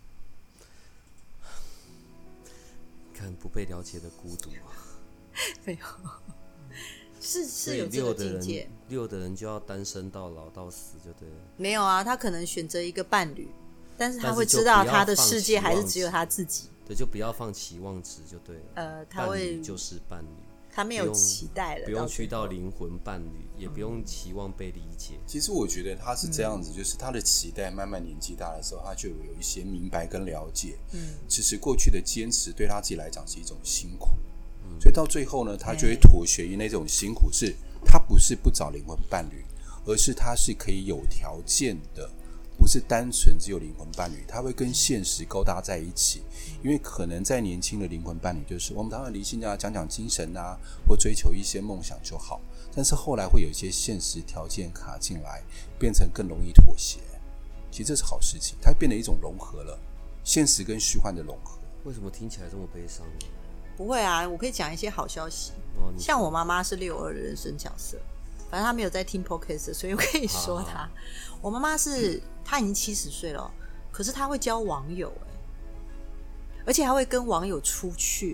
S1: 看不被了解的孤独啊！
S3: 没有，是有这个境界。
S1: 6的人就要单身到老到死就对了。
S3: 没有啊，他可能选择一个伴侣，但是他会知道他的世界还是只有他自己。
S1: 对，就不要放期望值就对了。
S3: 他会
S1: 伴侣就是伴侣。
S3: 他没有期待了，
S1: 不用去到灵魂伴侣，也不用期望被理解。
S2: 其实我觉得他是这样子，就是他的期待慢慢年纪大的时候，他就有一些明白跟了解。其实过去的坚持对他自己来讲是一种辛苦，所以到最后呢，他就会妥协于那种辛苦，是他不是不找灵魂伴侣，而是他是可以有条件的，不是单纯只有灵魂伴侣，他会跟现实勾搭在一起。因为可能在年轻的灵魂伴侣，就是我们当然理性啊，讲讲精神啊，或追求一些梦想就好，但是后来会有一些现实条件卡进来，变成更容易妥协。其实这是好事情，它变成一种融合了，现实跟虚幻的融合。
S1: 为什么听起来这么悲伤呢？
S3: 不会啊，我可以讲一些好消息。像我妈妈是62的人生角色，反正她没有在听 podcast， 所以我可以说她。我妈妈是她已经70岁了，可是她会交网友而且还会跟网友出去。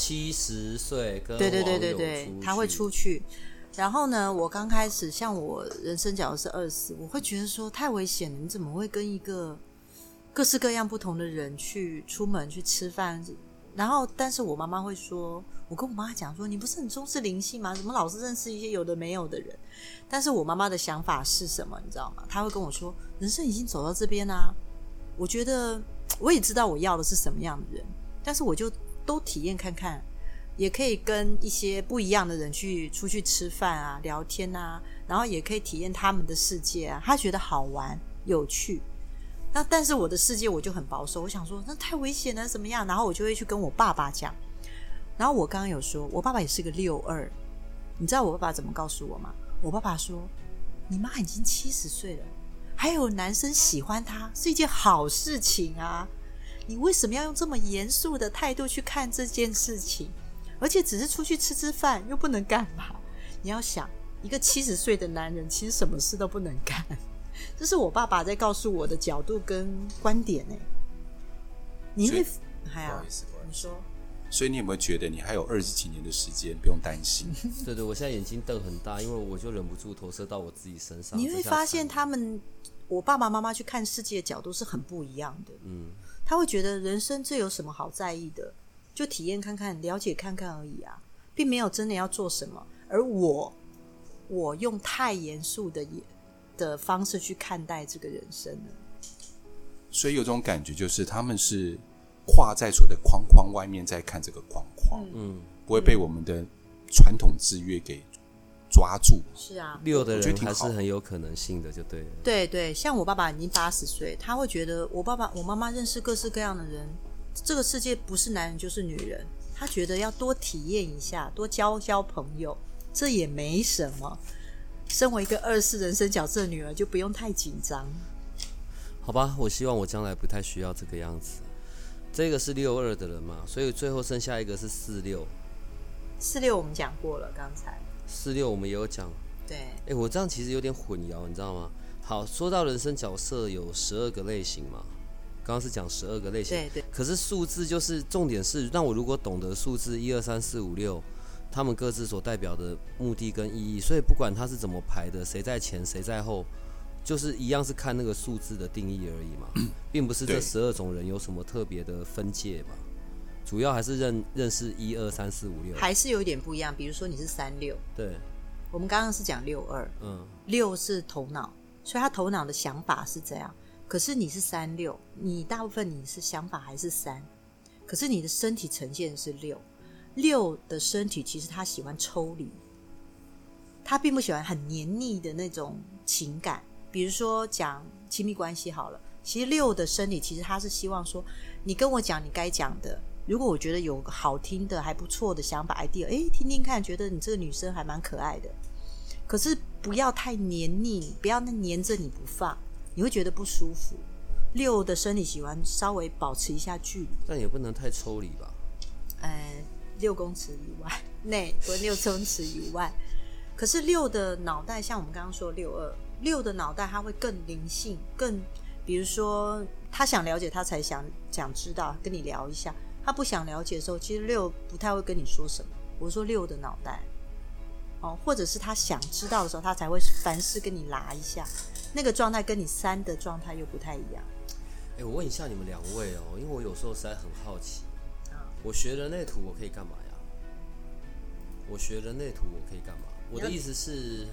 S1: 70岁跟
S3: 对，她会出去。然后呢，我刚开始像我人生角色是24，我会觉得说太危险了，你怎么会跟一个各式各样不同的人去出门去吃饭？然后但是我妈妈会说，我跟我妈讲说，你不是很重视灵性吗？怎么老是认识一些有的没有的人？但是我妈妈的想法是什么你知道吗？她会跟我说，人生已经走到这边啊，我觉得我也知道我要的是什么样的人，但是我就都体验看看，也可以跟一些不一样的人出去吃饭啊，聊天啊，然后也可以体验他们的世界啊，他觉得好玩有趣。那但是我的世界我就很保守，我想说那太危险了怎么样，然后我就会去跟我爸爸讲。然后我刚刚有说我爸爸也是个62，你知道我爸爸怎么告诉我吗？我爸爸说，你妈已经70岁了，还有男生喜欢她是一件好事情啊，你为什么要用这么严肃的态度去看这件事情？而且只是出去吃吃饭又不能干嘛？你要想一个70岁的男人其实什么事都不能干，这是我爸爸在告诉我的角度跟观点。你会
S2: 不好意思，
S3: 你说
S2: 所以你有没有觉得你还有20几年的时间不用担心？
S1: 对对，我现在眼睛瞪很大，因为我就忍不住投射到我自己身上。
S3: 你会发现我爸爸妈妈去看世界的角度是很不一样的。他会觉得人生这有什么好在意的，就体验看看，了解看看而已啊，并没有真的要做什么。而我用太严肃的方式去看待这个人生了。
S2: 所以有种感觉，就是他们是跨在所有的框框外面在看这个框框，不会被我们的传统制约给抓住。
S3: 是啊
S1: ，6的人还是很有可能性的，就对了。
S3: 对对，像我爸爸已经80岁，他会觉得我爸爸我妈妈认识各式各样的人，这个世界不是男人就是女人，他觉得要多体验一下，多交交朋友，这也没什么。身为一个24人生角色的女儿，就不用太紧张。
S1: 好吧，我希望我将来不太需要这个样子。这个是62的人嘛，所以最后剩下一个是46。
S3: 46我们讲过了，刚才
S1: 46我们也有讲。对，我这样其实有点混淆，你知道吗？好，说到人生角色有12个类型嘛，刚刚是讲12个类型，
S3: 对对。
S1: 可是数字就是重点是，让我如果懂得数字1、2、3、4、5、6，他们各自所代表的目的跟意义，所以不管它是怎么排的，谁在前谁在后，就是一样是看那个数字的定义而已嘛，并不是这12种人有什么特别的分界吧。主要还是认识1、2、3、4、5、6，还
S3: 是有一点不一样。比如说你是36，
S1: 对，
S3: 我们刚刚是讲62，6是头脑，所以他头脑的想法是这样。可是你是36，你大部分你是想法还是3，可是你的身体呈现的是6的身体，其实他喜欢抽离，他并不喜欢很黏腻的那种情感。比如说讲亲密关系好了，其实6的身体其实他是希望说，你跟我讲你该讲的，如果我觉得有个好听的还不错的想法 idea， 听听看，觉得你这个女生还蛮可爱的，可是不要太黏腻，不要黏着你不放，你会觉得不舒服。6的身体喜欢稍微保持一下距离，
S1: 但也不能太抽离吧
S3: ？6公尺以外内，不6公尺以外。可是6的脑袋，像我们刚刚说6的脑袋，他会更灵性，更比如说他想了解，他才想知道，跟你聊一下。他不想了解的时候，其实6不太会跟你说什么。我说6的脑袋，或者是他想知道的时候，他才会凡事跟你拉一下。那个状态跟你3的状态又不太一样。
S1: 我问一下你们2位因为我有时候实在很好奇，我学人类图我可以干嘛呀？我学人类图我可以干嘛？我的意思是，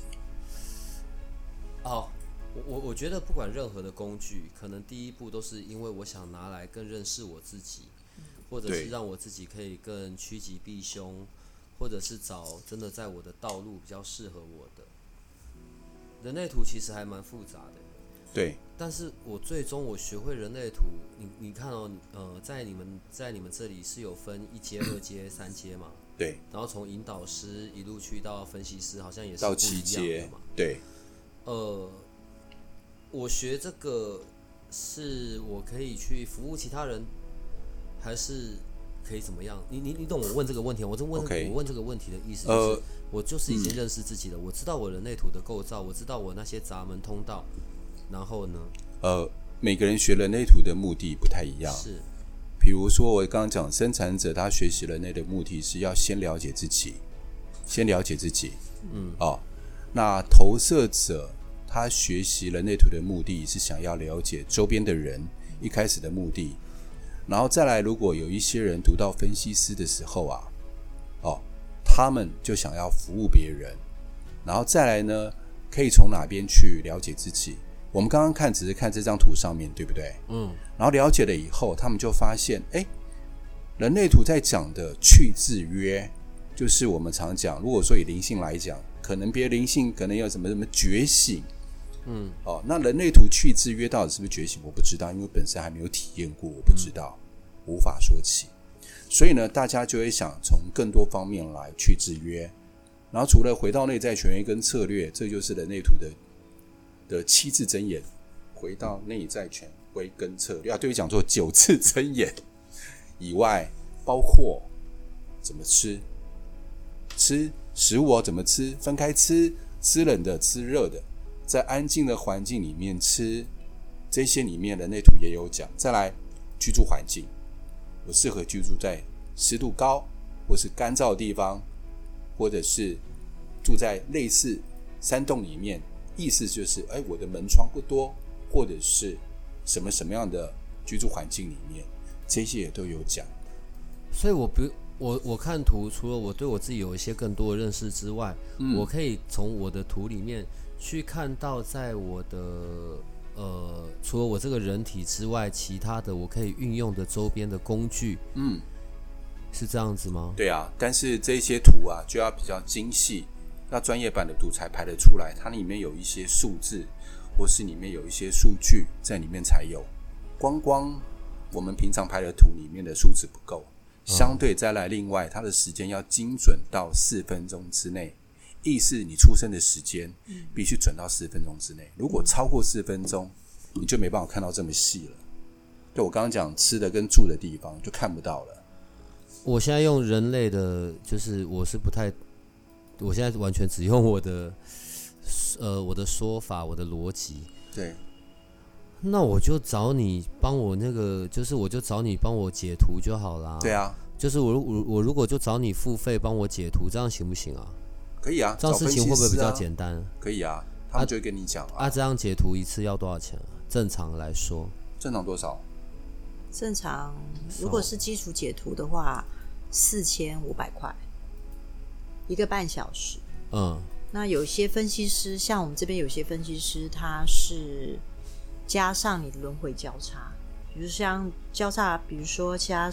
S1: 我觉得不管任何的工具，可能第一步都是因为我想拿来更认识我自己，或者是让我自己可以更趋吉避凶，或者是找真的在我的道路比较适合我的。人类图其实还蛮复杂的，
S2: 对。
S1: 但是我最终我学会人类图，你看在你们这里是有分1阶、2阶、3阶嘛？
S2: 对。
S1: 然后从引导师一路去到分析师，好像也是不一样的嘛。
S2: 对。
S1: 我学这个是我可以去服务其他人，还是可以怎么样？你懂我问这个问题？我问这个问题的意思就是，我就是已经认识自己了，我知道我人类图的构造，我知道我那些闸门通道，然后呢？
S2: 每个人学人类图的目的不太一样。
S1: 是。
S2: 比如说我刚刚讲生产者，他学习人类的目的是要先了解自己。那投射者他学习人类图的目的是想要了解周边的人，一开始的目的。然后再来，如果有一些人读到分析师的时候他们就想要服务别人。然后再来呢，可以从哪边去了解自己？我们刚刚只是看这张图上面，对不对？然后了解了以后，他们就发现，人类图在讲的去制约，就是我们常讲，如果说以灵性来讲，可能别的灵性可能有什么觉醒。那人类图去制约到底是不是觉醒，我不知道，因为本身还没有体验过，我不知道，无法说起。所以呢，大家就会想从更多方面来去制约。然后除了回到内在权威跟策略，这就是人类图的7字真言，回到内在权威跟策略，对于讲做9字真言以外，包括怎么吃食物怎么吃，分开吃冷的吃热的，在安静的环境里面吃，这些里面人类图也有讲。再来居住环境，我适合居住在湿度高或是干燥的地方，或者是住在类似山洞里面，意思就是我的门窗不多，或者是什么样的居住环境里面，这些也都有讲。
S1: 所以我看图，除了我对我自己有一些更多的认识之外，我可以从我的图里面去看到，在我的除了我这个人体之外，其他的我可以运用的周边的工具，是这样子吗？
S2: 对啊，但是这些图啊就要比较精细，要专业版的图才排得出来，它里面有一些数字，或是里面有一些数据在里面才有。光我们平常排的图里面的数字不够，相对再来另外它的时间要精准到4分钟之内，意思你出生的时间必须准到4分钟之内，如果超过4分钟你就没办法看到这么细了。对，我刚刚讲吃的跟住的地方就看不到了。
S1: 我现在用人类的，就是我现在完全只用我的说法，我的逻辑。
S2: 对，
S1: 那我就找你帮我我就找你帮我解图就好啦。
S2: 对啊，
S1: 就是我如果就找你付费帮我解图，这样行不行啊？
S2: 可以啊，
S1: 这样事情会不会比较简单？
S2: 可以啊，他们就会跟你讲
S1: 这样解图一次要多少钱啊？正常来说，
S2: 正常多少？
S3: 正常如果是基础解图的话，4500块，1个半小时。那有些分析师，像我们这边有些分析师，他是加上你的轮回交叉，比如像交叉，比如说像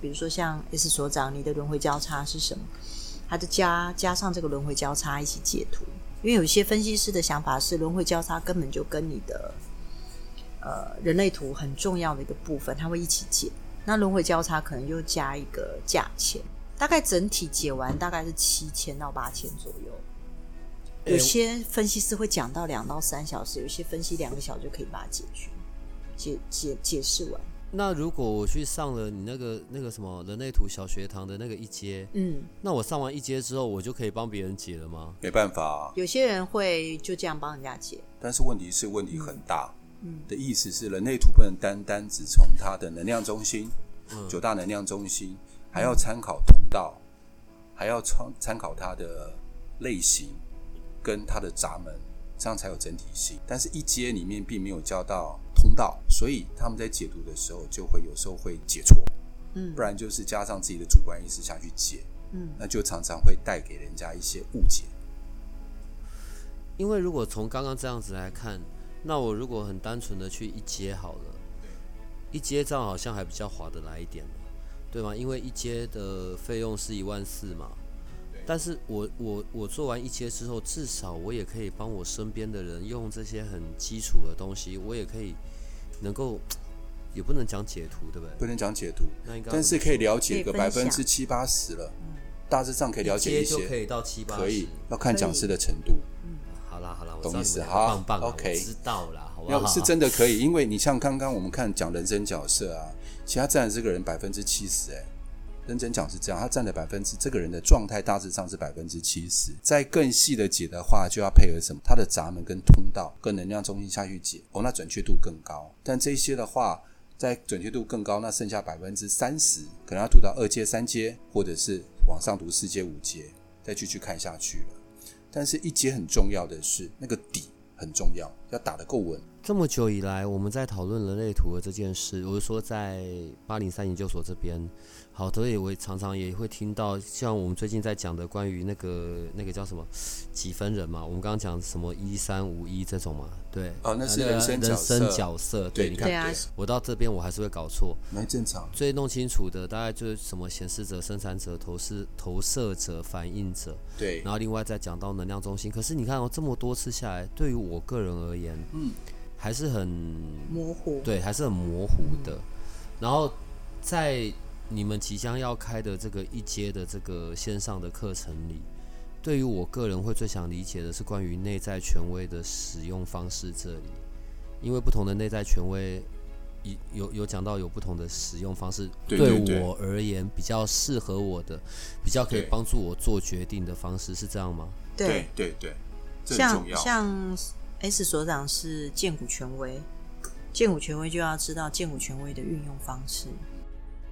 S3: S 所长，你的轮回交叉是什么？他就加上这个轮回交叉一起解图。因为有些分析师的想法是，轮回交叉根本就跟你的人类图很重要的一个部分，他会一起解。那轮回交叉可能就加一个价钱，大概整体解完大概是7000到8000左右。有些分析师会讲到2到3小时，有些分析2个小时就可以把它解释完。
S1: 那如果我去上了你那个什么人类图小学堂的那个一阶，那我上完一阶之后，我就可以帮别人解了吗？
S2: 没办法
S3: 有些人会就这样帮人家解，
S2: 但是问题很大。的意思是，人类图不能单只从它的能量中心，9大能量中心，还要参考通道，还要参考它的类型跟它的闸门，这样才有整体性。但是一阶里面并没有教到通道，所以他们在解读的时候就会有时候会解错，不然就是加上自己的主观意识下去解，那就常常会带给人家一些误解。
S1: 因为如果从刚刚这样子来看，那我如果很单纯的去一阶好了，一阶这样好像还比较划得来一点，对吗？因为一阶的费用是14000嘛，但是我做完一阶之后，至少我也可以帮我身边的人用这些很基础的东西，我也可以能够，也不能讲解图，对不对？
S2: 不能讲解图，但是可以了解个70-80%了，大致上可以了解一些，
S1: 一阶就可以到70-80%，
S2: 可以，要看讲师的程度。
S1: 好啦，我
S2: 懂意思，
S1: 棒棒
S2: OK，
S1: 我知道啦，好不好？
S2: 是真的可以，因为你像刚刚我们讲人生角色啊，其实他占了这个人70%，认真讲是这样，他占了这个人的状态大致上是70%。再更细的解的话，就要配合什么？他的闸门跟通道跟能量中心下去解，那准确度更高。但这些的话，在准确度更高，那剩下30%可能要读到2阶、3阶，或者是往上读4阶、5阶，再继续看下去了。但是一阶很重要的是那个底很重要，要打得够稳。
S1: 这么久以来，我们在讨论人类图的这件事，我是说在803研究所这边，好，所以我常常也会听到，像我们最近在讲的关于那个叫什么几分人嘛，我们刚刚讲什么1351这种嘛，对，
S2: 那是人生
S1: 角色，对，你看，我到这边我还是会搞错，
S2: 蛮正常。
S1: 最弄清楚的大概就是什么显示者、生产者、投射者、反应者，
S2: 对，
S1: 然后另外再讲到能量中心。可是你看这么多次下来，对于我个人而言，还是很
S3: 模糊，
S1: 对，还是很模糊的。然后在你们即将要开的这个一阶的这个线上的课程里，对于我个人会最想理解的是关于内在权威的使用方式这里，因为不同的内在权威有讲到有不同的使用方式，对我而言比较适合我的，比较可以帮助我做决定的方式，是这样吗？
S2: 对，这很重要。
S3: 像 S 所长是荐股权威，荐股权威就要知道荐股权威的运用方式。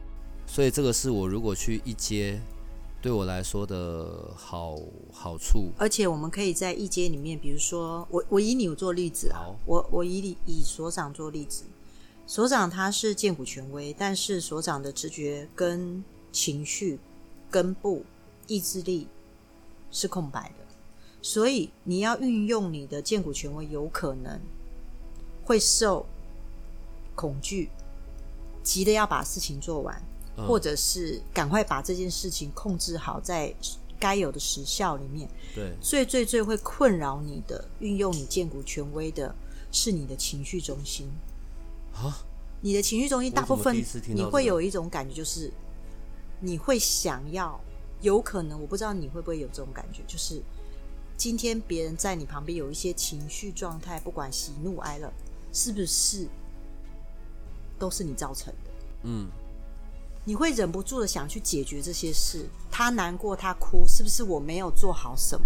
S1: 所以这个是我如果去一阶对我来说的好处。
S3: 而且我们可以在一阶里面，比如说我以你做例子啊，我以所长做例子。所长他是荐股权威，但是所长的直觉跟情绪、根部、意志力是空白的，所以你要运用你的荐股权威，有可能会受恐惧，急的要把事情做完，或者是赶快把这件事情控制好，在该有的时效里面。
S1: 对，
S3: 最会困扰你的，运用你荐股权威的是你的情绪中心。你的情绪中心大部分你会有一种感觉，就是你会想要，有可能我不知道你会不会有这种感觉，就是今天别人在你旁边有一些情绪状态，不管喜怒哀乐，是不是都是你造成的？你会忍不住的想去解决这些事，他难过他哭，是不是我没有做好什么？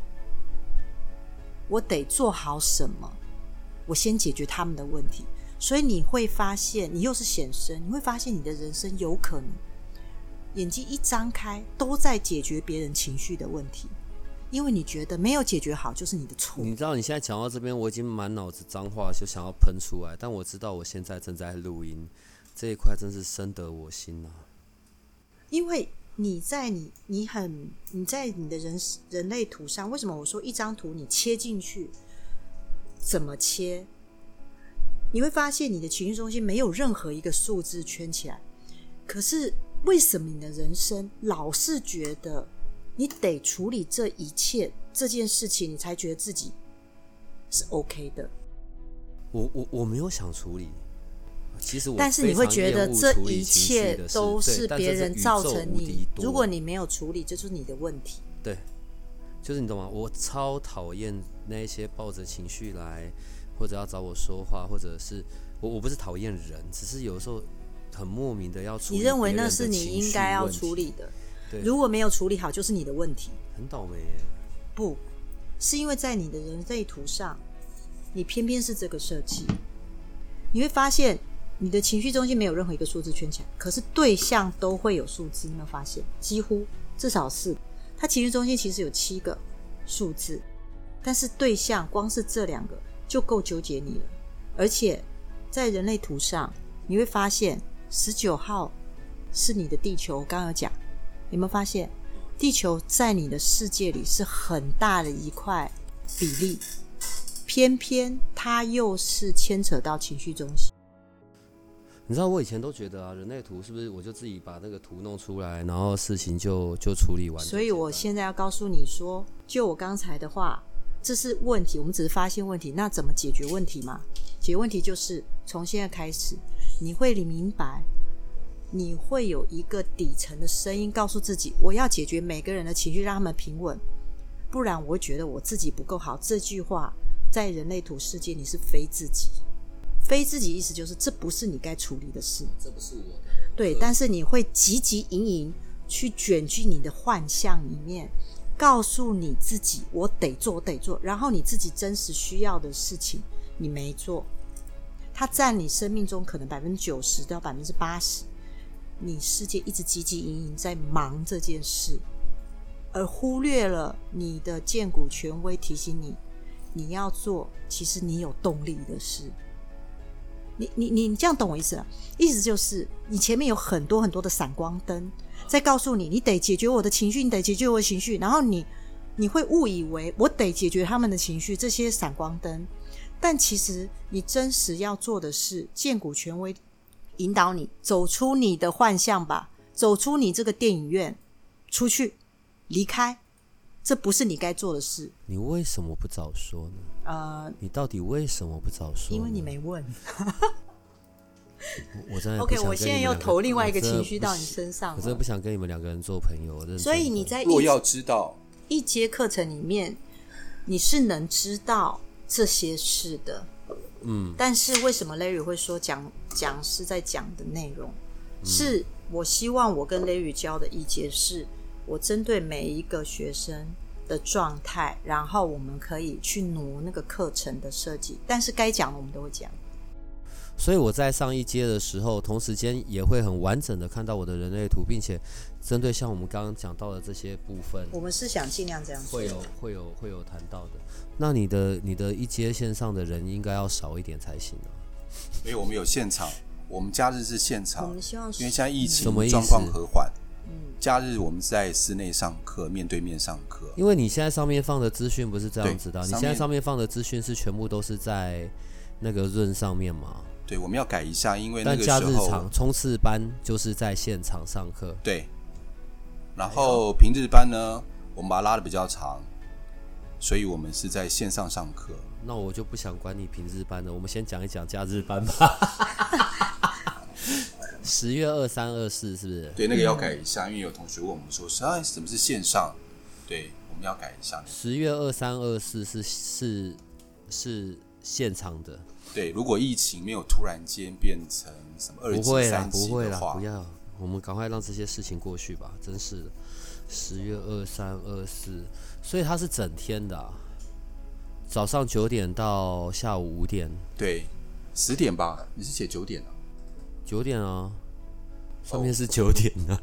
S3: 我得做好什么？我先解决他们的问题。所以你会发现，你又是显生，你会发现你的人生有可能眼睛一张开都在解决别人情绪的问题，因为你觉得没有解决好就是你的错。
S1: 你知道你现在讲到这边，我已经满脑子脏话就想要喷出来，但我知道我现在正在录音，这一块真是深得我心啊。
S3: 因为你在你的人类图上，为什么我说一张图你切进去怎么切？你会发现你的情绪中心没有任何一个数字圈起来，可是为什么你的人生老是觉得你得处理这一切这件事情，你才觉得自己是 OK 的？
S1: 我没有想处理，其实我
S3: 但是你会觉得这一切都
S1: 是
S3: 别人造成你，如果你没有处理，这就是你的问题。
S1: 对，就是你懂吗？我超讨厌那些抱着情绪来或者要找我说话，或者是我不是讨厌人，只是有时候很莫名的要处理。
S3: 你认为那是你应该要处理的，如果没有处理好，就是你的问题。
S1: 很倒霉耶。
S3: 不是因为在你的人类图上，你偏偏是这个设计，你会发现你的情绪中心没有任何一个数字圈起来，可是对象都会有数字。你有没有发现？几乎至少是它情绪中心其实有7个数字，但是对象光是这2个就够纠结你了。而且在人类图上你会发现19号是你的地球，我刚刚有讲，有没有发现地球在你的世界里是很大的一块比例，偏偏它又是牵扯到情绪中心。
S1: 你知道我以前都觉得啊，人类图是不是我就自己把那个图弄出来，然后事情就处理完？
S3: 所以我现在要告诉你说，就我刚才的话，这是问题，我们只是发现问题，那怎么解决问题嘛？解决问题就是从现在开始，你会明白，你会有一个底层的声音告诉自己，我要解决每个人的情绪，让他们平稳，不然我会觉得我自己不够好。这句话在人类图世界你是非自己，非自己意思就是这不是你该处理的事，
S1: 这不是我的。
S3: 对，但是你会汲汲营营去卷进你的幻象里面，告诉你自己我得做，然后你自己真实需要的事情你没做，它占你生命中可能 90% 到 80%， 你世界一直汲汲营营在忙这件事，而忽略了你的荐股权威提醒你，你要做其实你有动力的事。你这样懂我意思了？意思就是你前面有很多很多的闪光灯在告诉你，你得解决我的情绪，你得解决我的情绪，然后你会误以为我得解决他们的情绪，这些闪光灯。但其实你真实要做的是荐股权威引导你走出你的幻象吧，走出你这个电影院，出去离开，这不是你该做的事。
S1: 你为什么不早说呢？你到底为什么不早说呢？
S3: 因为你没问。
S1: 我真的不想跟你们
S3: OK， 我现在又投另外一个情绪到你身上了。
S1: 我真的不想跟你们2个人做朋友。
S3: 所以你在
S2: 若要知道
S3: 一节课程里面，你是能知道这些事的。但是为什么 Larry 会说讲师在讲的内容，是我希望我跟 Larry 教的一节是我针对每一个学生的状态，然后我们可以去挪那个课程的设计，但是该讲的我们都会讲。
S1: 所以我在上一阶的时候，同时间也会很完整的看到我的人类图，并且针对像我们刚刚讲到的这些部分，
S3: 我们是想尽量这样做，
S1: 会有谈到的。那你的一阶线上的人应该要少一点才行啊。
S2: 因为我们有现场，我们假日是现场，
S3: 我们希望
S2: 因为现在疫情
S1: 什么意思
S2: 状况和缓，假日我们在室内上课，面对面上课。
S1: 因为你现在上面放的资讯不是这样子的，
S2: 对
S1: 你现在上面放的资讯是全部都是在那个润上面嘛？
S2: 对，我们要改一下，因为那个时候
S1: 但假日场冲刺班就是在现场上课。
S2: 对，然后平日班呢，我们把它拉的比较长，所以我们是在线上上课。
S1: 那我就不想管你平日班了，我们先讲一讲假日班吧。10月23、24是不是？
S2: 对，那个要改一下，因为有同学问我们说，什么是线上？对，我们要改一下。
S1: 10月23、24是现场的。
S2: 对，如果疫情没有突然间变成什么2级、3级
S1: 不会啦，
S2: 的话，
S1: 不要，我们赶快让这些事情过去吧。真是的，10月23、24，所以它是整天的啊，早上9点到下午5点。
S2: 对，10点吧？你是写9点啊
S1: ？9点啊，上面是9点啊。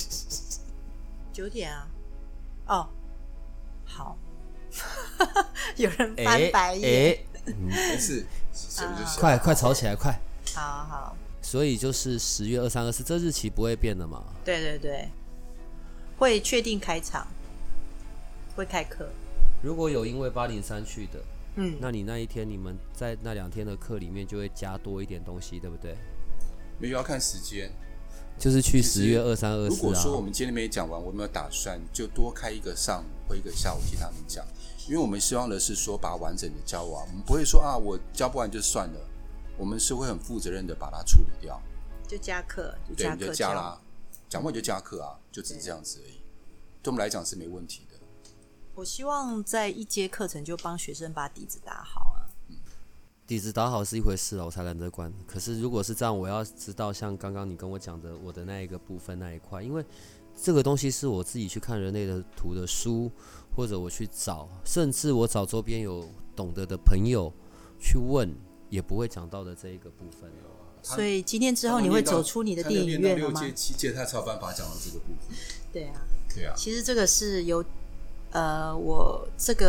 S3: 9点啊？哦，好，有人翻白眼。
S2: 没事，写不就写？
S1: 快吵起来，快！
S3: 好。
S1: 所以就是10月23、24，这日期不会变的嘛？
S3: 对，会确定开场，会开课。
S1: 如果有因为803去的，那你那一天你们在那2天的课里面就会加多一点东西，对不对？
S2: 没有要看时间，
S1: 就是去10月23、24啊。
S2: 如果说我们今天没讲完，我们有打算就多开一个上午或一个下午替他们讲，因为我们希望的是说把完整的教完，我们不会说我教不完就算了，我们是会很负责任的把它处理掉，
S3: 就加课，
S2: 对，你就加啦，讲完就加课啊，就只是这样子而已，对我们来讲是没问题的。
S3: 我希望在一节课程就帮学生把底子打好啊。
S1: 底子打好是一回事我才懒得管。可是如果是这样，我要知道像刚刚你跟我讲的我的那一个部分那一块，因为这个东西是我自己去看人类的图的书，或者我去找，甚至我找周边有懂得的朋友去问，也不会讲到的这一个部分。
S3: 所以今天之后你会走出你的电影院了吗？
S2: 6届、7届他才有办法讲到这个部分。
S3: 对啊。
S2: 其
S3: 实这个是由我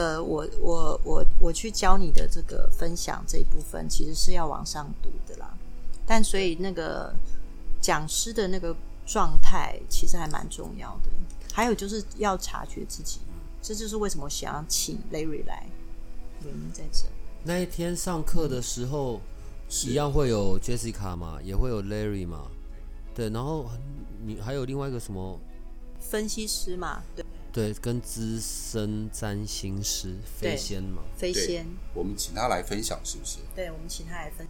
S3: 去教你的这个分享这一部分，其实是要往上读的啦。但所以那个讲师的那个状态其实还蛮重要的。还有就是要察觉自己，这就是为什么我想要请 Larry 来，原因在这。
S1: 那一天上课的时候，一样会有 Jessica 嘛，也会有 Larry 嘛，对，然后你还有另外一个什么
S3: 分析师嘛，
S1: 对，跟资深占星师飞仙嘛，
S3: 飞仙，
S2: 我们请他来分享是不是？
S3: 对，我们请他来分享。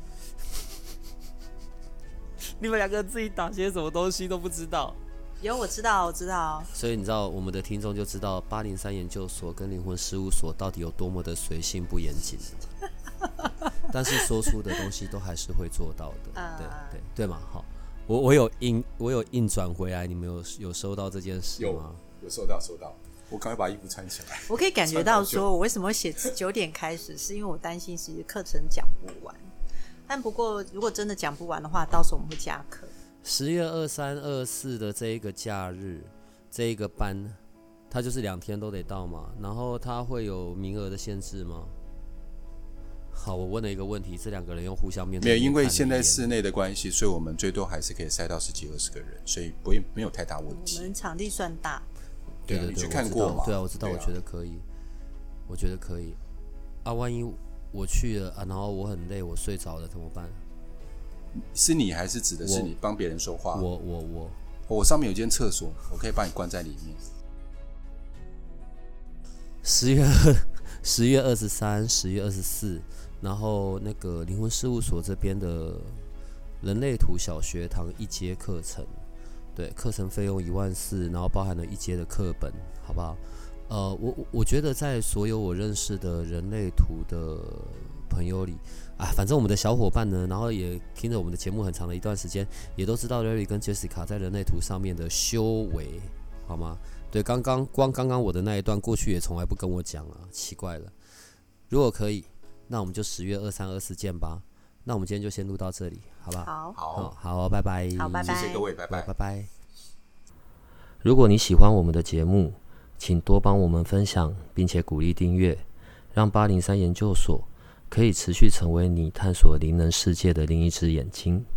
S1: 你们2个自己打些什么东西都不知道。
S3: 有，我知道。
S1: 所以你知道我们的听众就知道803研究所跟灵魂事务所到底有多么的随性不严谨。但是说出的东西都还是会做到的，对嘛？好，我有印转回来，你们有收到这件事吗？
S2: 有收到，我赶快把衣服穿起来。
S3: 我可以感觉到说，我为什么会写9点开始，是因为我担心其实课程讲不完。但不过如果真的讲不完的话，到时候我们会加课。
S1: 10月23、24的这一个假日，这一个班，它就是2天都得到嘛。然后它会有名额的限制吗？好，我问了一个问题，这2个人用互相面对面，
S2: 没有，因为现在室内的关系，所以我们最多还是可以塞到10几20个人，所以没有太大问题。
S3: 我们场地算大。
S2: 对，你去看过嘛？
S1: 对啊，我知道，我觉得可以，万一我去了然后我很累，我睡着了怎么办？
S2: 是你还是指的是你帮别人说话？
S1: 我
S2: 上面有间厕所，我可以把你关在里面。
S1: 10月23、10月24，然后那个灵魂事务所这边的人类图小学堂1节课程，对，课程费用14000，然后包含了1节的课本，好不好？我觉得在所有我认识的人类图的朋友里反正我们的小伙伴呢，然后也听着我们的节目很长的一段时间，也都知道 Larry 跟 Jessica 在人类图上面的修为，好吗？对，刚刚我的那一段，过去也从来不跟我讲啊，奇怪了。如果可以，那我们就10月23、24见吧。 那我们今天就先录到这里，好不
S3: 好，
S1: 好？
S2: 好，
S1: 好，拜拜。
S3: 好，拜拜，
S2: 谢谢各位，拜拜，
S1: 拜拜。如果你喜欢我们的节目，请多帮我们分享，并且鼓励订阅，让803研究所可以持续成为你探索灵能世界的另一只眼睛。